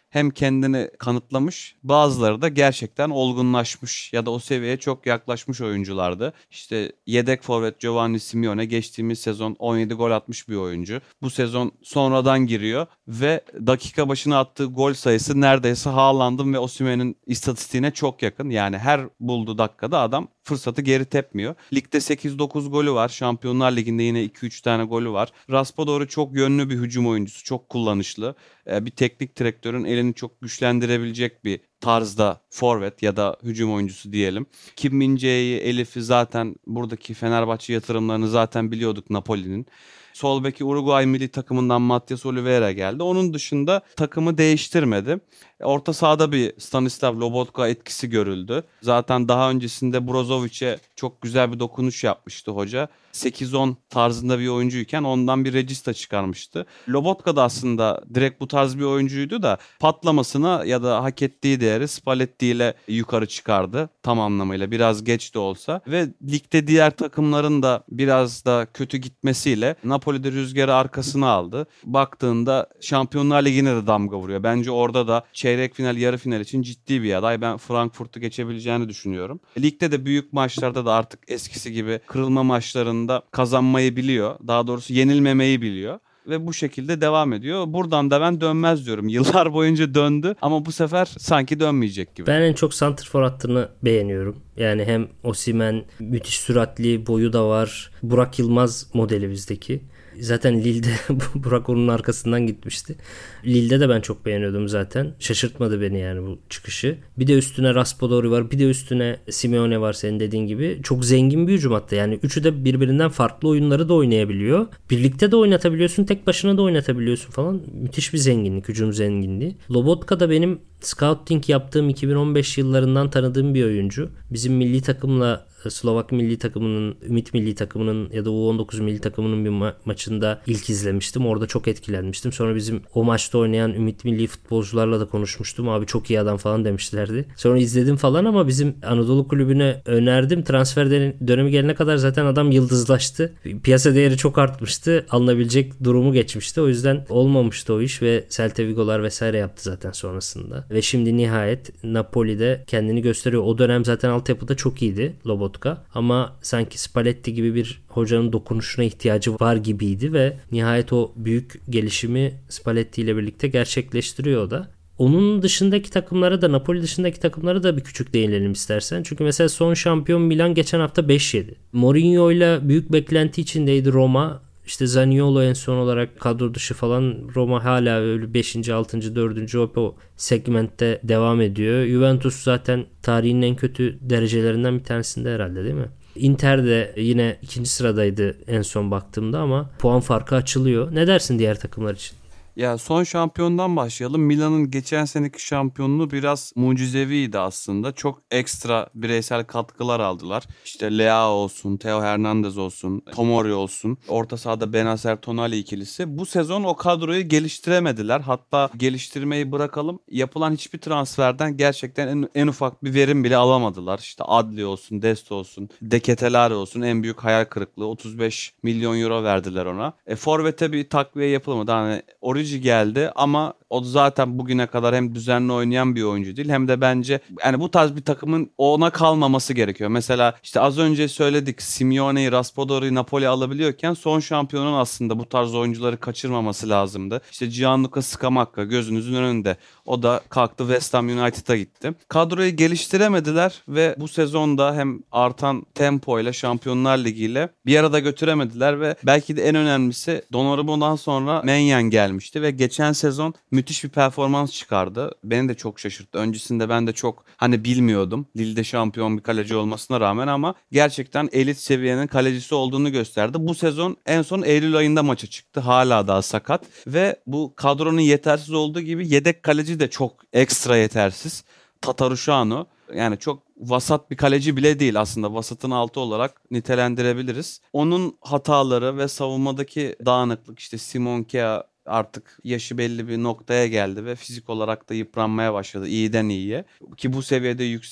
hem kendini kanıtlamış, bazıları da gerçekten olgunlaşmış ya da o seviyeye çok yaklaşmış oyunculardı. İşte yedek forvet Giovanni Simeone geçtiğimiz sezon on yedi gol atmış bir oyuncu. Bu sezon sonradan giriyor ve dakika başına attığı gol sayısı neredeyse Haaland'ın ve Osimhen'in istatistiğine çok yakın. Yani her bulduğu dakikada adam fırsatı geri tepmiyor. Ligde sekiz dokuz golü var. Şampiyonlar Ligi'nde yine iki üç tane golü var. Raspadori çok yönlü bir hücum oyuncusu. Çok kullanışlı. Bir teknik direktörün elini çok güçlendirebilecek bir tarzda forvet ya da hücum oyuncusu diyelim. Kim Min-jae'yi, Elif'i zaten buradaki Fenerbahçe yatırımlarını zaten biliyorduk Napoli'nin. Sol beki Uruguay milli takımından Matias Oliveira geldi. Onun dışında takımı değiştirmedi. Orta sahada bir Stanislav Lobotka etkisi görüldü. Zaten daha öncesinde Brozovic'e çok güzel bir dokunuş yapmıştı hoca. sekiz on tarzında bir oyuncuyken ondan bir regista çıkarmıştı. Lobotka da aslında direkt bu tarz bir oyuncuydu da patlamasına ya da hak ettiği değeri Spalletti ile yukarı çıkardı tam anlamıyla. Biraz geç de olsa ve ligde diğer takımların da biraz da kötü gitmesiyle Napoli'de rüzgarı arkasına aldı. Baktığında Şampiyonlar Ligi'ne de damga vuruyor. Bence orada da çeyrek final, yarı final için ciddi bir aday. Ben Frankfurt'u geçebileceğini düşünüyorum. Ligde de büyük maçlarda da artık eskisi gibi kırılma maçlarında kazanmayı biliyor. Daha doğrusu yenilmemeyi biliyor. Ve bu şekilde devam ediyor. Buradan da ben dönmez diyorum. Yıllar boyunca döndü ama bu sefer sanki dönmeyecek gibi. Ben en çok santrfor hattını beğeniyorum. Yani hem Osimhen müthiş süratli, boyu da var. Burak Yılmaz modeli bizdeki. Zaten Lille'de Burak onun arkasından gitmişti. Lille'de de ben çok beğeniyordum zaten. Şaşırtmadı beni yani bu çıkışı. Bir de üstüne Raspadori var. Bir de üstüne Simeone var senin dediğin gibi. Çok zengin bir hücum hattı. Yani üçü de birbirinden farklı oyunları da oynayabiliyor. Birlikte de oynatabiliyorsun. Tek başına da oynatabiliyorsun falan. Müthiş bir zenginlik. Hücum zenginliği. Lobotka da benim scouting yaptığım iki bin on beş yıllarından tanıdığım bir oyuncu. Bizim milli takımla Slovak milli takımının, Ümit milli takımının ya da U on dokuz milli takımının bir ma- maçında ilk izlemiştim. Orada çok etkilenmiştim. Sonra bizim o maçta oynayan Ümit milli futbolcularla da konuşmuştum. Abi çok iyi adam falan demişlerdi. Sonra izledim falan ama bizim Anadolu kulübüne önerdim. Transfer dönemi gelene kadar zaten adam yıldızlaştı. Piyasa değeri çok artmıştı. Alınabilecek durumu geçmişti. O yüzden olmamıştı o iş ve Celta Vigo'lar vesaire yaptı zaten sonrasında. Ve şimdi nihayet Napoli'de kendini gösteriyor. O dönem zaten altyapıda çok iyiydi Lobotka. Ama sanki Spalletti gibi bir hocanın dokunuşuna ihtiyacı var gibiydi ve nihayet o büyük gelişimi Spalletti ile birlikte gerçekleştiriyor o da. Onun dışındaki takımlara da, Napoli dışındaki takımlara da bir küçük değinelim istersen. Çünkü mesela son şampiyon Milan geçen hafta beş yedi. Mourinho ile büyük beklenti içindeydi Roma. İşte Zaniolo en son olarak kadro dışı falan. Roma hala öyle beşinci, altıncı, dördüncü o segmentte devam ediyor. Juventus zaten tarihin en kötü derecelerinden bir tanesinde herhalde değil mi? Inter de yine ikinci sıradaydı en son baktığımda ama puan farkı açılıyor. Ne dersin diğer takımlar için? Ya son şampiyondan başlayalım. Milan'ın geçen seneki şampiyonluğu biraz mucizeviydi aslında. Çok ekstra bireysel katkılar aldılar. İşte Leao olsun, Theo Hernandez olsun, Tomori olsun. Orta sahada Benacer Tonali ikilisi. Bu sezon o kadroyu geliştiremediler. Hatta geliştirmeyi bırakalım. Yapılan hiçbir transferden gerçekten en, en ufak bir verim bile alamadılar. İşte Adli olsun, Dest olsun, De Ketelaere olsun. En büyük hayal kırıklığı. otuz beş milyon euro verdiler ona. E, Forvet'e bir takviye yapılmadı. Hani Origi geldi ama o zaten bugüne kadar hem düzenli oynayan bir oyuncu değil hem de bence yani bu tarz bir takımın ona kalmaması gerekiyor. Mesela işte az önce söyledik, Simeone'yi, Raspadori'yi Napoli alabiliyorken son şampiyonun aslında bu tarz oyuncuları kaçırmaması lazımdı. İşte Gianluca Scamacca gözünüzün önünde. O da kalktı West Ham United'a gitti. Kadroyu geliştiremediler ve bu sezonda hem artan tempoyla Şampiyonlar Ligi'yle bir arada götüremediler ve belki de en önemlisi Donnarumma'dan sonra Maignan gelmişti ve geçen sezon müthiş bir performans çıkardı. Beni de çok şaşırttı. Öncesinde ben de çok hani bilmiyordum. Lille'de şampiyon bir kaleci olmasına rağmen ama gerçekten elit seviyenin kalecisi olduğunu gösterdi. Bu sezon en son Eylül ayında maça çıktı. Hala daha sakat ve bu kadronun yetersiz olduğu gibi yedek kaleci de çok ekstra yetersiz. Tataruşanu. Yani çok vasat bir kaleci bile değil aslında. Vasatın altı olarak nitelendirebiliriz. Onun hataları ve savunmadaki dağınıklık, işte Simon Kea artık yaşı belli bir noktaya geldi ve fizik olarak da yıpranmaya başladı iyiden iyiye. Ki bu seviyede yüksek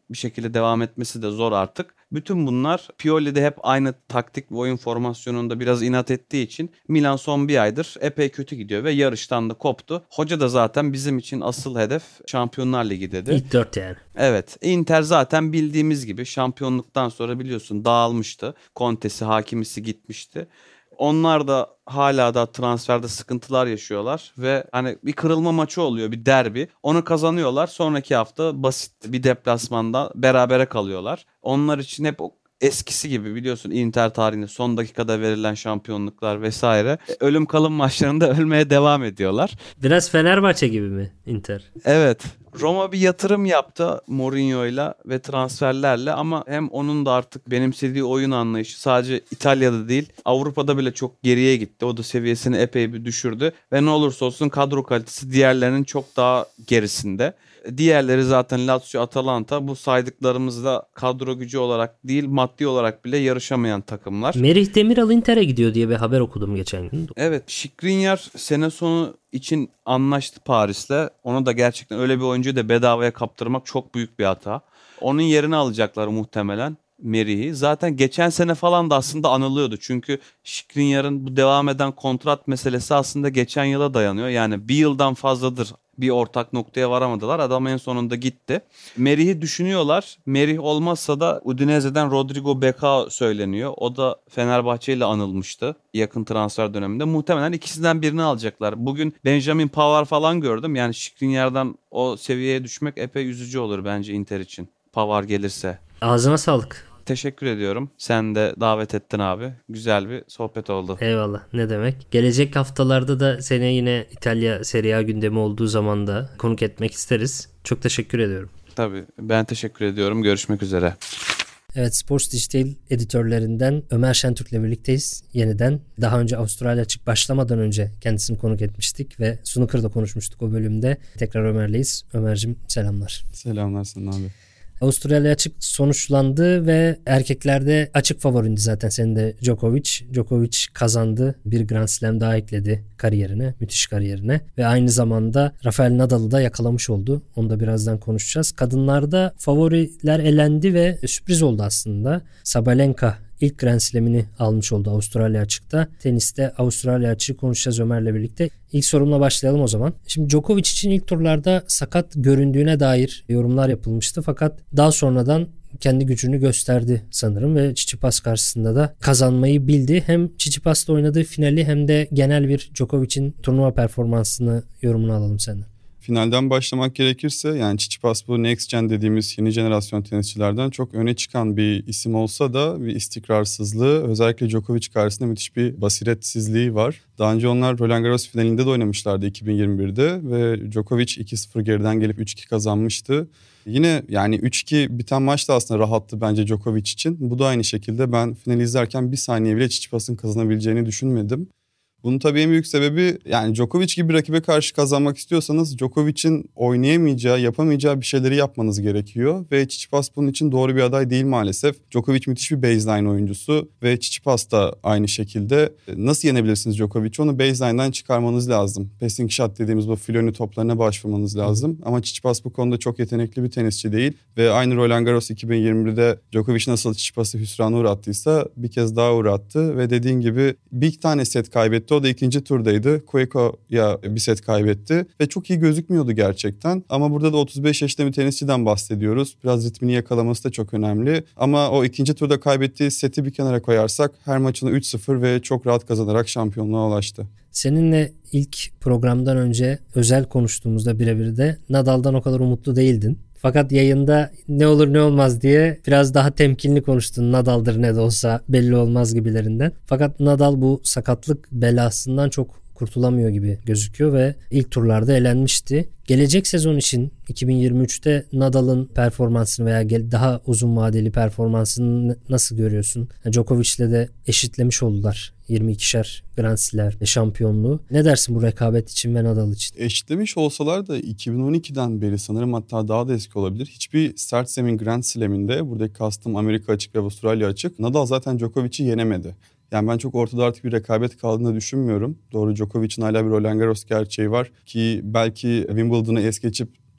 bir şekilde devam etmesi de zor artık. Bütün bunlar Pioli de hep aynı taktik ve oyun formasyonunda biraz inat ettiği için Milan son bir aydır epey kötü gidiyor ve yarıştan da koptu. Hoca da zaten bizim için asıl hedef Şampiyonlar Ligi dedi. İlk dört yani. Evet, Inter zaten bildiğimiz gibi şampiyonluktan sonra biliyorsun dağılmıştı. Conte'si, Hakimi'si gitmişti. Onlar da hala da transferde sıkıntılar yaşıyorlar ve hani bir kırılma maçı oluyor, bir derbi. Onu kazanıyorlar. Sonraki hafta basit bir deplasmanda berabere kalıyorlar. Onlar için hep eskisi gibi biliyorsun Inter tarihinde son dakikada verilen şampiyonluklar vesaire. Ölüm kalım maçlarında ölmeye devam ediyorlar. Biraz Fenerbahçe gibi mi Inter? Evet. Roma bir yatırım yaptı Mourinho'yla ve transferlerle ama hem onun da artık benimsediği oyun anlayışı sadece İtalya'da değil Avrupa'da bile çok geriye gitti. O da seviyesini epey bir düşürdü ve ne olursa olsun kadro kalitesi diğerlerinin çok daha gerisinde. Diğerleri zaten Lazio, Atalanta bu saydıklarımızda kadro gücü olarak değil maddi olarak bile yarışamayan takımlar. Merih Demiral Inter'e gidiyor diye bir haber okudum geçen gün. Evet, Skriniar sene sonu için anlaştı Paris'le. Onu da gerçekten öyle bir oyuncuyu da bedavaya kaptırmak çok büyük bir hata. Onun yerini alacaklar muhtemelen Merih'i. Zaten geçen sene falan da aslında anılıyordu. Çünkü Skriniar'ın bu devam eden kontrat meselesi aslında geçen yıla dayanıyor. Yani bir yıldan fazladır bir ortak noktaya varamadılar. Adam en sonunda gitti. Merih'i düşünüyorlar. Merih olmazsa da Udinese'den Rodrigo Becao söyleniyor. O da Fenerbahçe ile anılmıştı yakın transfer döneminde. Muhtemelen ikisinden birini alacaklar. Bugün Benjamin Pavard falan gördüm. Yani Skriniar'dan o seviyeye düşmek epey üzücü olur bence Inter için. Pavard gelirse. Ağzına sağlık. Teşekkür ediyorum. Sen de davet ettin abi. Güzel bir sohbet oldu. Eyvallah. Ne demek. Gelecek haftalarda da seni yine İtalya Serie A gündemi olduğu zaman da konuk etmek isteriz. Çok teşekkür ediyorum. Tabii. Ben teşekkür ediyorum. Görüşmek üzere. Evet, Sports Digital editörlerinden Ömer Şentürk'le birlikteyiz yeniden. Daha önce Avustralya Açık başlamadan önce kendisini konuk etmiştik ve Snooker'da konuşmuştuk o bölümde. Tekrar Ömer'leyiz. Ömer'cim selamlar. Selamlar sana abi. Avustralya Açık sonuçlandı ve erkeklerde açık favorindi zaten senin de Djokovic. Djokovic kazandı. Bir Grand Slam daha ekledi kariyerine, müthiş kariyerine ve aynı zamanda Rafael Nadal'ı da yakalamış oldu. Onu da birazdan konuşacağız. Kadınlarda favoriler elendi ve sürpriz oldu aslında. Sabalenka ilk Grand Slam'ini almış oldu Avustralya Açık'ta. Teniste Avustralya Açık'ı konuşacağız Ömer'le birlikte. İlk sorumla başlayalım o zaman. Şimdi Djokovic için ilk turlarda sakat göründüğüne dair yorumlar yapılmıştı. Fakat daha sonradan kendi gücünü gösterdi sanırım ve Tsitsipas karşısında da kazanmayı bildi. Hem Tsitsipas'la oynadığı finali hem de genel bir Djokovic'in turnuva performansını yorumunu alalım senden. Finalden başlamak gerekirse yani Tsitsipas bu next gen dediğimiz yeni jenerasyon tenisçilerden çok öne çıkan bir isim olsa da bir istikrarsızlığı özellikle Djokovic karşısında müthiş bir basiretsizliği var. Daha önce onlar Roland Garros finalinde de oynamışlardı iki bin yirmi birde ve Djokovic iki sıfır geriden gelip üç iki kazanmıştı. Yine yani üç iki biten maç da aslında rahattı bence Djokovic için. Bu da aynı şekilde ben finali izlerken bir saniye bile Tsitsipas'ın kazanabileceğini düşünmedim. Bunun tabii en büyük sebebi yani Djokovic gibi bir rakibe karşı kazanmak istiyorsanız Djokovic'in oynayamayacağı, yapamayacağı bir şeyleri yapmanız gerekiyor. Ve Tsitsipas bunun için doğru bir aday değil maalesef. Djokovic müthiş bir baseline oyuncusu ve Tsitsipas da aynı şekilde. Nasıl yenebilirsiniz Djokovic'i? Onu baseline'dan çıkarmanız lazım. Passing shot dediğimiz bu Filoni toplarına başvurmanız lazım. Ama Tsitsipas bu konuda çok yetenekli bir tenisçi değil. Ve aynı Roland Garros iki bin yirmi birde Djokovic nasıl Tsitsipas'ı hüsrana uğrattıysa bir kez daha uğrattı. Ve dediğin gibi bir tane set kaybetti. O da ikinci turdaydı. Cueco'ya bir set kaybetti ve çok iyi gözükmüyordu gerçekten. Ama burada da otuz beş yaşında bir tenisçiden bahsediyoruz. Biraz ritmini yakalaması da çok önemli. Ama o ikinci turda kaybettiği seti bir kenara koyarsak her maçını üç sıfır ve çok rahat kazanarak şampiyonluğa ulaştı. Seninle ilk programdan önce özel konuştuğumuzda birebir de Nadal'dan o kadar umutlu değildin. Fakat yayında ne olur ne olmaz diye biraz daha temkinli konuştun. Nadal'dır ne de olsa belli olmaz gibilerinden. Fakat Nadal bu sakatlık belasından çok kurtulamıyor gibi gözüküyor ve ilk turlarda elenmişti. Gelecek sezon için iki bin yirmi üçte Nadal'ın performansını veya daha uzun vadeli performansını nasıl görüyorsun? Djokovic'le de eşitlemiş oldular. yirmi ikişer Grand Slam şampiyonluğu. Ne dersin bu rekabet için ve Nadal için? Eşitlemiş olsalar da iki bin on ikiden beri sanırım hatta daha da eski olabilir. Hiçbir sert zemin Grand Slam'inde buradaki kastım Amerika Açık ve Avustralya Açık Nadal zaten Djokovic'i yenemedi. Yani ben çok ortada artık bir rekabet kaldığını düşünmüyorum. Doğru Djokovic'in hala bir Roland Garros gerçeği var ki belki Wimbledon'ı es geçip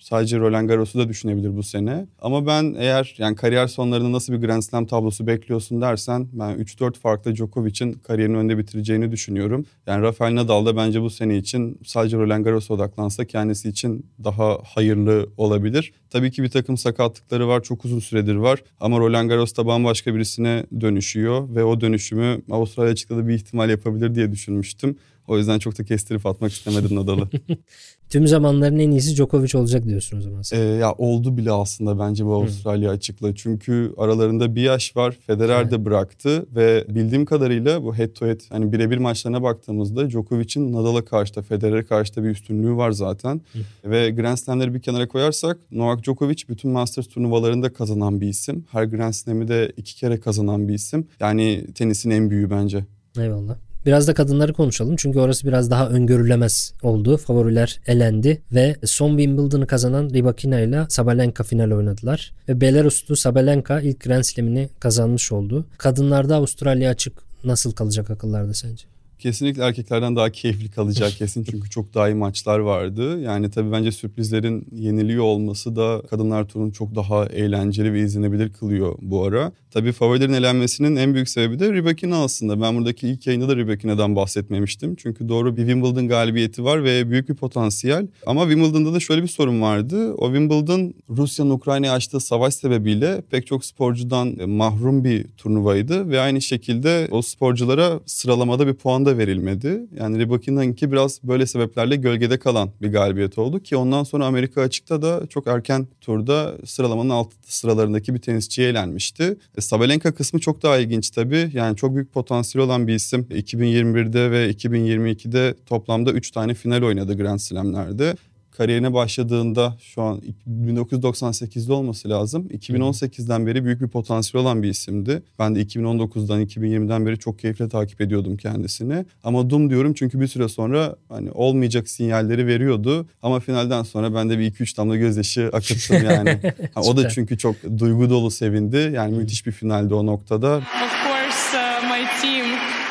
Sadece Roland Garros'u da düşünebilir bu sene. Ama ben eğer yani kariyer sonlarında nasıl bir Grand Slam tablosu bekliyorsun dersen ben üç dört farklı Djokovic'in kariyerini önde bitireceğini düşünüyorum. Yani Rafael Nadal da bence bu sene için sadece Roland Garros'a odaklansa kendisi için daha hayırlı olabilir. Tabii ki bir takım sakatlıkları var, çok uzun süredir var. Ama Roland Garros da bambaşka birisine dönüşüyor ve o dönüşümü Avustralya açıkta da bir ihtimal yapabilir diye düşünmüştüm. O yüzden çok da kestirip atmak istemedim Nadal'ı. Tüm zamanların en iyisi Djokovic olacak diyorsun o zaman. Ee, ya oldu bile aslında bence bu Avustralya açıkla. Çünkü aralarında bir yaş var. Federer evet. de bıraktı ve bildiğim kadarıyla bu head to head hani birebir maçlarına baktığımızda Djokovic'in Nadal'a karşı da Federer'e karşı da bir üstünlüğü var zaten. Hı. Ve Grand Slam'leri bir kenara koyarsak Novak Djokovic bütün Masters turnuvalarında kazanan bir isim. Her Grand Slam'i de iki kere kazanan bir isim. Yani tenisin en büyüğü bence. Eyvallah. Biraz da kadınları konuşalım çünkü orası biraz daha öngörülemez oldu. Favoriler elendi ve son Wimbledon'ı kazanan Rybakina ile Sabalenka final oynadılar. Ve Belaruslu Sabalenka ilk Grand Slam'ini kazanmış oldu. Kadınlarda Avustralya açık nasıl kalacak akıllarda sence? Kesinlikle erkeklerden daha keyifli kalacak kesin çünkü çok daha iyi maçlar vardı. Yani tabii bence sürprizlerin yeniliyor olması da kadınlar turunu çok daha eğlenceli ve izlenebilir kılıyor bu ara. Tabii favorilerin elenmesinin en büyük sebebi de Rybakina aslında. Ben buradaki ilk yayında da Rybakina'dan bahsetmemiştim. Çünkü doğru bir Wimbledon galibiyeti var ve büyük bir potansiyel. Ama Wimbledon'da da şöyle bir sorun vardı. O Wimbledon Rusya'nın Ukrayna'ya açtığı savaş sebebiyle pek çok sporcudan mahrum bir turnuvaydı. Ve aynı şekilde o sporculara sıralamada bir puan da verilmedi. Yani Rybakina'nınki biraz böyle sebeplerle gölgede kalan bir galibiyet oldu ki ondan sonra Amerika açıkta da çok erken turda sıralamanın alt sıralarındaki bir tenisçiye elenmişti. E, Sabalenka kısmı çok daha ilginç tabii. Yani çok büyük potansiyel olan bir isim. iki bin yirmi birde ve iki bin yirmi ikide toplamda üç tane final oynadı Grand Slam'lerde. Kariyerine başladığında şu an bin dokuz yüz doksan sekizde olması lazım. iki bin on sekizden beri büyük bir potansiyel olan bir isimdi. Ben de iki bin on dokuzdan iki bin yirmiden beri çok keyifle takip ediyordum kendisini. Ama dum diyorum çünkü bir süre sonra hani olmayacak sinyalleri veriyordu. Ama finalden sonra ben de bir iki üç damla gözyaşı akıttım yani. Ha, o da çünkü çok duygu dolu sevindi. Yani müthiş bir finaldi o noktada. Of course uh, my team,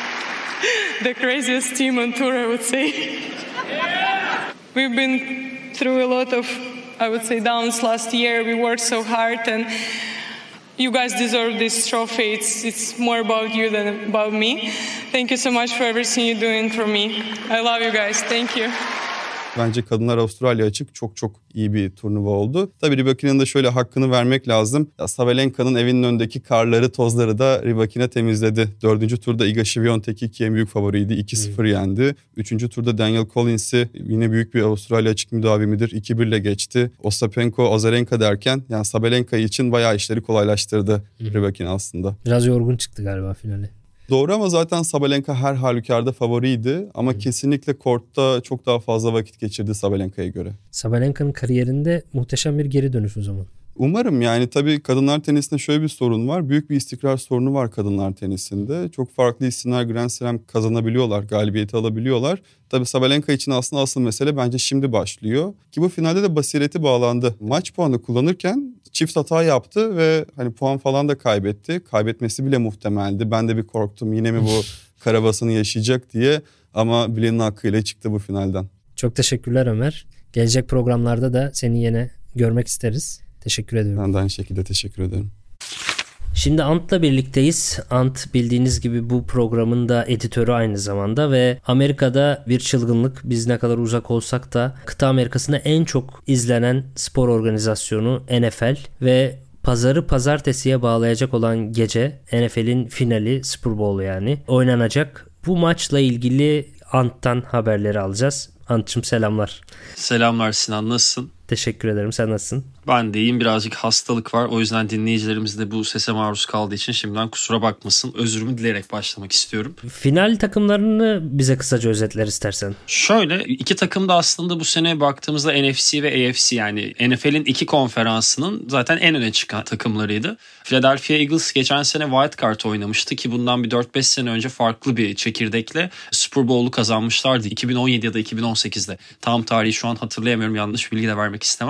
the craziest team on tour I would say. We've been through a lot of, I would say, downs last year. We worked so hard and you guys deserve this trophy. It's, it's more about you than about me. Thank you so much for everything you're doing for me. I love you guys. Thank you. Bence kadınlar Avustralya açık çok çok iyi bir turnuva oldu. Tabii Rybakina'nın da şöyle hakkını vermek lazım. Ya Sabalenka'nın evinin önündeki karları, tozları da Rybakina temizledi. Dördüncü turda Iga Świątek ki en büyük favoriydi. iki sıfır hmm. yendi. Üçüncü turda Daniel Collins'i yine büyük bir Avustralya açık müdavimidir. iki birle geçti. Ostapenko, Azarenka derken yani Sabalenka için bayağı işleri kolaylaştırdı hmm. Rybakina aslında. Biraz yorgun çıktı galiba finale. Doğru ama zaten Sabalenka her halükarda favoriydi ama hmm. kesinlikle kortta çok daha fazla vakit geçirdi Sabalenka'ya göre. Sabalenka'nın kariyerinde muhteşem bir geri dönüş o zaman. Umarım yani tabii kadınlar tenisinde şöyle bir sorun var. Büyük bir istikrar sorunu var kadınlar tenisinde. Çok farklı isimler Grand Slam kazanabiliyorlar, galibiyeti alabiliyorlar. Tabii Sabalenka için aslında asıl mesele bence şimdi başlıyor. Ki bu finalde de basireti bağlandı. Maç puanı kullanırken çift hata yaptı ve hani puan falan da kaybetti. Kaybetmesi bile muhtemeldi. Ben de bir korktum yine mi bu karabasını yaşayacak diye. Ama bileğinin hakkıyla çıktı bu finalden. Çok teşekkürler Ömer. Gelecek programlarda da seni yine görmek isteriz. Teşekkür ediyorum. Ben de aynı şekilde teşekkür ederim. Şimdi Ant'la birlikteyiz. Ant bildiğiniz gibi bu programın da editörü aynı zamanda ve Amerika'da bir çılgınlık. Biz ne kadar uzak olsak da kıta Amerika'sında en çok izlenen spor organizasyonu N F L ve pazarı pazartesiye bağlayacak olan gece N F L'in finali Super Bowl yani oynanacak. Bu maçla ilgili Ant'tan haberleri alacağız. Ant'cığım selamlar. Selamlar Sinan, nasılsın? Teşekkür ederim. Sen nasılsın? Ben de iyiyim. Birazcık hastalık var. O yüzden dinleyicilerimiz de bu sese maruz kaldığı için şimdiden kusura bakmasın. Özrümü dileyerek başlamak istiyorum. Final takımlarını bize kısaca özetler istersen. Şöyle iki takım da aslında bu sene baktığımızda N F C ve A F C yani N F L'in iki konferansının zaten en öne çıkan takımlarıydı. Philadelphia Eagles geçen sene Wild Card oynamıştı ki bundan bir dört beş sene önce farklı bir çekirdekle Super Bowl'u kazanmışlardı. iki bin on yedi ya da iki bin on sekizde. Tam tarihi şu an hatırlayamıyorum. Yanlış bilgi de vermek istemem.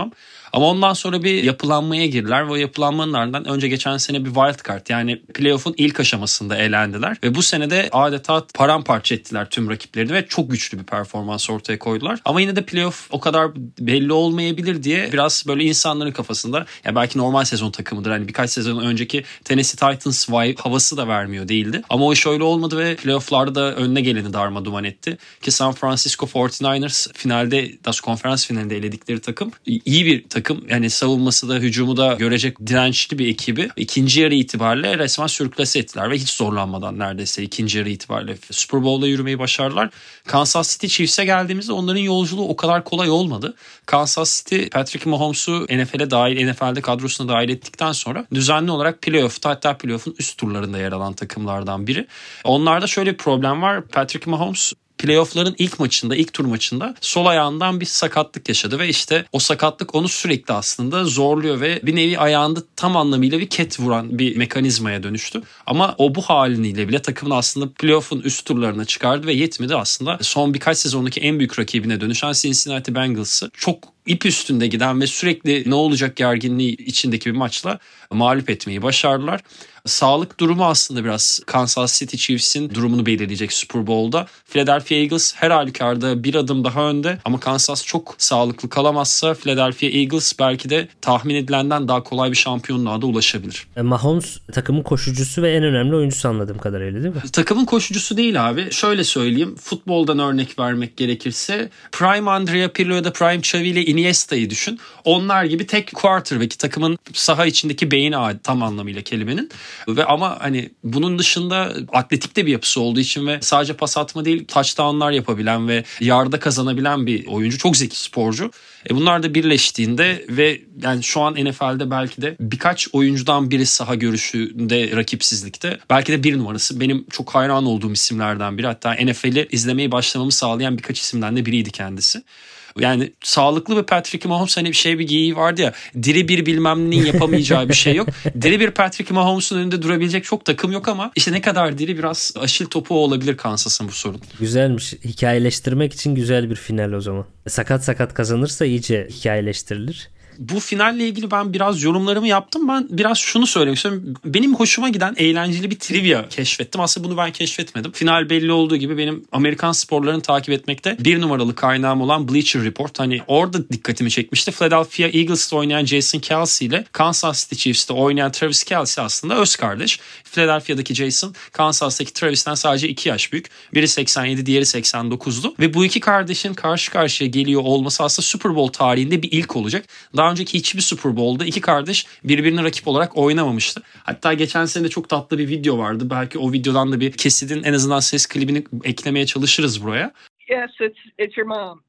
Ama ondan sonra bir yapılanmaya girdiler ve o yapılanmanın ardından önce geçen sene bir wild card yani playoff'un ilk aşamasında elendiler ve bu sene de adeta paramparça ettiler tüm rakiplerini ve çok güçlü bir performans ortaya koydular. Ama yine de playoff o kadar belli olmayabilir diye biraz böyle insanların kafasında ya belki normal sezon takımıdır. Hani birkaç sezon önceki Tennessee Titans vibe havası da vermiyor değildi. Ama o iş öyle olmadı ve playoff'larda önüne geleni darmaduman etti. Ki San Francisco kırk dokuz ers finalde, das konferans finalinde eledikleri takım iyi bir takım. Yani savunması da hücumu da görecek dirençli bir ekibi ikinci yarı itibariyle resmen sürklase ettiler ve hiç zorlanmadan neredeyse ikinci yarı itibariyle Super Bowl'da yürümeyi başardılar. Kansas City Chiefs'e geldiğimizde onların yolculuğu o kadar kolay olmadı. Kansas City Patrick Mahomes'u N F L'e dahil, N F L'de kadrosuna dahil ettikten sonra düzenli olarak playoff'ta hatta playoff'un üst turlarında yer alan takımlardan biri. Onlarda şöyle bir problem var. Patrick Mahomes playoff'ların ilk maçında, ilk tur maçında sol ayağından bir sakatlık yaşadı ve işte o sakatlık onu sürekli aslında zorluyor ve bir nevi ayağında tam anlamıyla bir ket vuran bir mekanizmaya dönüştü. Ama o bu haliniyle bile takımın aslında playoff'un üst turlarına çıkardı ve yetmedi aslında son birkaç sezondaki en büyük rakibine dönüşen Cincinnati Bengals'ı çok ip üstünde giden ve sürekli ne olacak gerginliği içindeki bir maçla mağlup etmeyi başardılar. Sağlık durumu aslında biraz Kansas City Chiefs'in durumunu belirleyecek Super Bowl'da. Philadelphia Eagles her halükarda bir adım daha önde ama Kansas çok sağlıklı kalamazsa Philadelphia Eagles belki de tahmin edilenden daha kolay bir şampiyonluğa da ulaşabilir. Mahomes takımın koşucusu ve en önemli oyuncusu anladığım kadarıyla değil mi? Takımın koşucusu değil abi. Şöyle söyleyeyim. Futboldan örnek vermek gerekirse Prime Andrea Pirlo ya da Prime Xavi ile Iniesta'yı düşün. Onlar gibi tek quarterback'i takımın saha içindeki beyni tam anlamıyla kelimenin. Ve ama hani bunun dışında atletik de bir yapısı olduğu için ve sadece pas atma değil touchdownlar yapabilen ve yarda kazanabilen bir oyuncu. Çok zeki sporcu. E bunlar da birleştiğinde ve yani şu an N F L'de belki de birkaç oyuncudan biri saha görüşünde rakipsizlikte. Belki de bir numarası. Benim çok hayran olduğum isimlerden biri. Hatta N F L'i izlemeyi başlamamı sağlayan birkaç isimden de biriydi kendisi. Yani sağlıklı bir Patrick Mahomes hani bir şey bir geyiği vardı ya diri bir bilmem neyin yapamayacağı bir şey yok. Diri bir Patrick Mahomes'un önünde durabilecek çok takım yok ama işte ne kadar diri biraz aşil topuğu olabilir Kansas'ın bu sorun. Güzelmiş. Hikayeleştirmek için güzel bir final o zaman. Sakat sakat kazanırsa iyice hikayeleştirilir. Bu finalle ilgili ben biraz yorumlarımı yaptım. Ben biraz şunu söylemek istiyorum. Benim hoşuma giden eğlenceli bir trivia keşfettim. Aslında bunu ben keşfetmedim. Final belli olduğu gibi benim Amerikan sporlarını takip etmekte bir numaralı kaynağım olan Bleacher Report. Hani orada dikkatimi çekmişti. Philadelphia Eagles'ta oynayan Jason Kelce ile Kansas City Chiefs'te oynayan Travis Kelce aslında öz kardeş. Philadelphia'daki Jason, Kansas'taki Travis'ten sadece iki yaş büyük. Biri seksen yedi, diğeri seksen dokuzdu. Ve bu iki kardeşin karşı karşıya geliyor olması aslında Super Bowl tarihinde bir ilk olacak. Daha önceki hiçbir Super Bowl'da iki kardeş birbirine rakip olarak oynamamıştı. Hatta geçen sene de çok tatlı bir video vardı. Belki o videodan da bir kesidin en azından ses klibini eklemeye çalışırız buraya. Yes, it's it's your mom.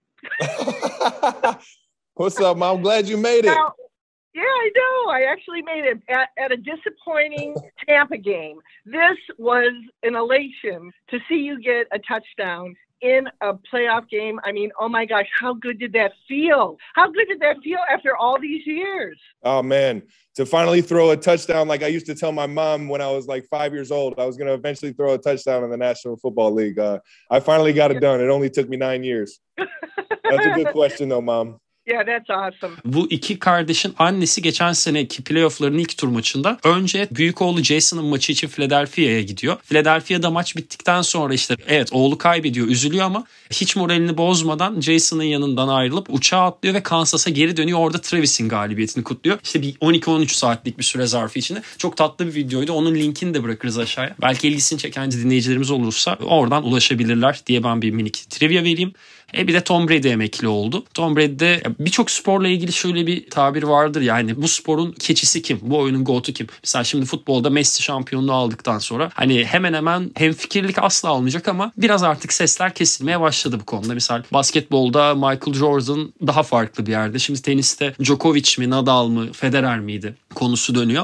What's up, Mom? Glad you made it. Now, yeah, I know. I actually made it at, at a disappointing Tampa game. This was an elation to see you get a touchdown in a playoff game. I mean, oh my gosh, how good did that feel? How good did that feel after all these years? Oh man, to finally throw a touchdown like I used to tell my mom when I was like five years old, I was going to eventually throw a touchdown in the National Football League. Uh, I finally got it done. It only took me nine years. That's a good question though, Mom. Yeah, that's awesome. Bu iki kardeşin annesi geçen seneki playoff'ların ilk tur maçında önce büyük oğlu Jason'ın maçı için Philadelphia'ya gidiyor. Philadelphia'da maç bittikten sonra işte evet oğlu kaybediyor, üzülüyor ama hiç moralini bozmadan Jason'ın yanından ayrılıp uçağa atlıyor ve Kansas'a geri dönüyor. Orada Travis'in galibiyetini kutluyor. İşte bir on iki on üç saatlik bir süre zarfı içinde. Çok tatlı bir videoydu. Onun linkini de bırakırız aşağıya. Belki ilgisini çeken dinleyicilerimiz olursa oradan ulaşabilirler diye ben bir minik trivia vereyim. E bir de Tom Brady emekli oldu. Tom Brady'de birçok sporla ilgili şöyle bir tabir vardır. Yani bu sporun keçisi kim? Bu oyunun goat'u kim? Mesela şimdi futbolda Messi şampiyonluğu aldıktan sonra hani hemen hemen hemfikirlik asla olmayacak ama biraz artık sesler kesilmeye başladı bu konuda. Mesela basketbolda Michael Jordan daha farklı bir yerde. Şimdi teniste Djokovic mi, Nadal mı, Federer miydi konusu dönüyor.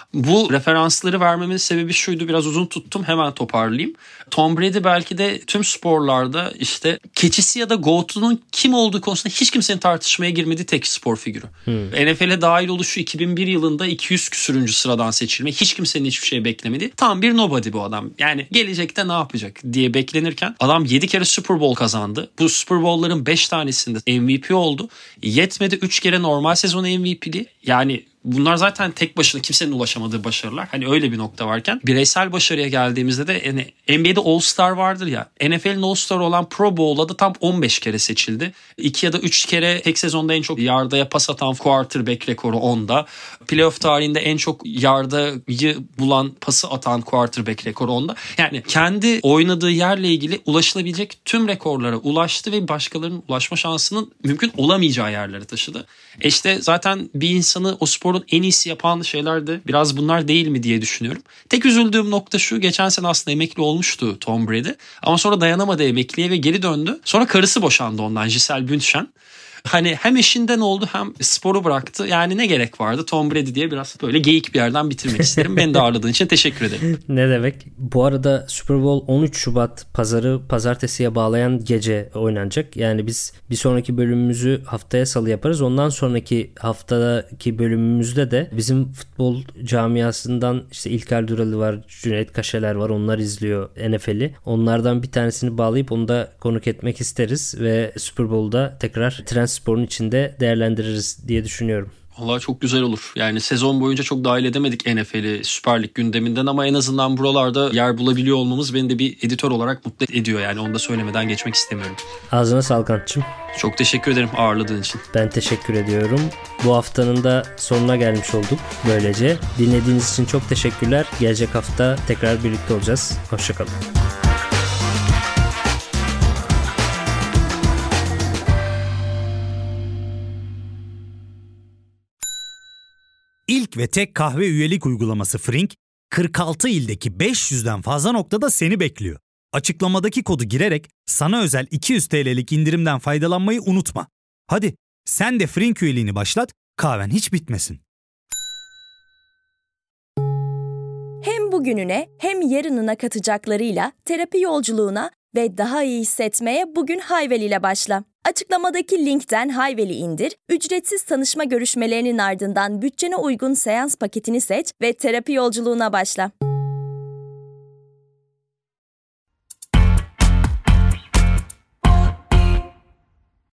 Bu referansları vermemin sebebi şuydu, biraz uzun tuttum, hemen toparlayayım. Tom Brady belki de tüm sporlarda işte keçisi ya da GOAT'unun kim olduğu konusunda hiç kimsenin tartışmaya girmediği tek spor figürü. Hmm. N F L'e dahil oluşu iki bin bir yılında iki yüz küsürüncü sıradan seçilme, hiç kimsenin hiçbir şey beklemediği tam bir nobody bu adam. Yani gelecekte ne yapacak diye beklenirken adam yedi kere Super Bowl kazandı. Bu Super Bowl'ların beş tanesinde M V P oldu. Yetmedi, üç kere normal sezon M V P'li. Yani bunlar zaten tek başına kimsenin ulaşamadığı başarılar. Hani öyle bir nokta varken bireysel başarıya geldiğimizde de yani N B A'de All-Star vardır ya. N F L'in All-Star olan Pro Bowl'a da tam on beş kere seçildi. iki ya da üç kere tek sezonda en çok yardaya pas atan quarterback rekoru onda. Playoff tarihinde en çok yardayı bulan, pası atan quarterback rekoru onda. Yani kendi oynadığı yerle ilgili ulaşılabilecek tüm rekorlara ulaştı ve başkalarının ulaşma şansının mümkün olamayacağı yerlere taşıdı. E işte zaten bir insanı o sporun en iyisi yapan şeyler de biraz bunlar değil mi diye düşünüyorum. Tek üzüldüğüm nokta şu: geçen sene aslında emekli olmuştu Tom Brady ama sonra dayanamadı emekliye ve geri döndü. Sonra karısı boşandı ondan, Gisele Bündchen. Hani hem eşinden oldu hem sporu bıraktı. Yani ne gerek vardı Tom Brady diye biraz böyle geyik bir yerden bitirmek isterim. Beni de ağırladığın için teşekkür ederim. Ne demek? Bu arada Super Bowl on üç Şubat pazarı pazartesiye bağlayan gece oynanacak. Yani biz bir sonraki bölümümüzü haftaya salı yaparız. Ondan sonraki haftadaki bölümümüzde de bizim futbol camiasından işte İlker Duralı var, Cüneyt Kaşeler var. Onlar izliyor N F L'i. Onlardan bir tanesini bağlayıp onu da konuk etmek isteriz ve Super Bowl'da tekrar Trendspor'un içinde değerlendiririz diye düşünüyorum. Vallahi çok güzel olur. Yani sezon boyunca çok dahil edemedik N F L'i Süper Lig gündeminden ama en azından buralarda yer bulabiliyor olmamız beni de bir editör olarak mutlu ediyor. Yani onu da söylemeden geçmek istemiyorum. Ağzına sağlık Ant'cığım. Çok teşekkür ederim ağırladığın için. Ben teşekkür ediyorum. Bu haftanın da sonuna gelmiş olduk böylece. Dinlediğiniz için çok teşekkürler. Gelecek hafta tekrar birlikte olacağız. Hoşçakalın. İlk ve tek kahve üyelik uygulaması Frink, kırk altı ildeki beş yüzden fazla noktada seni bekliyor. Açıklamadaki kodu girerek sana özel iki yüz TL'lik indirimden faydalanmayı unutma. Hadi sen de Frink üyeliğini başlat, kahven hiç bitmesin. Hem bugününe hem yarınına katacaklarıyla terapi yolculuğuna ve daha iyi hissetmeye bugün Hayvel ile başla. Açıklamadaki linkten Hayvel'i indir, ücretsiz tanışma görüşmelerinin ardından bütçene uygun seans paketini seç ve terapi yolculuğuna başla.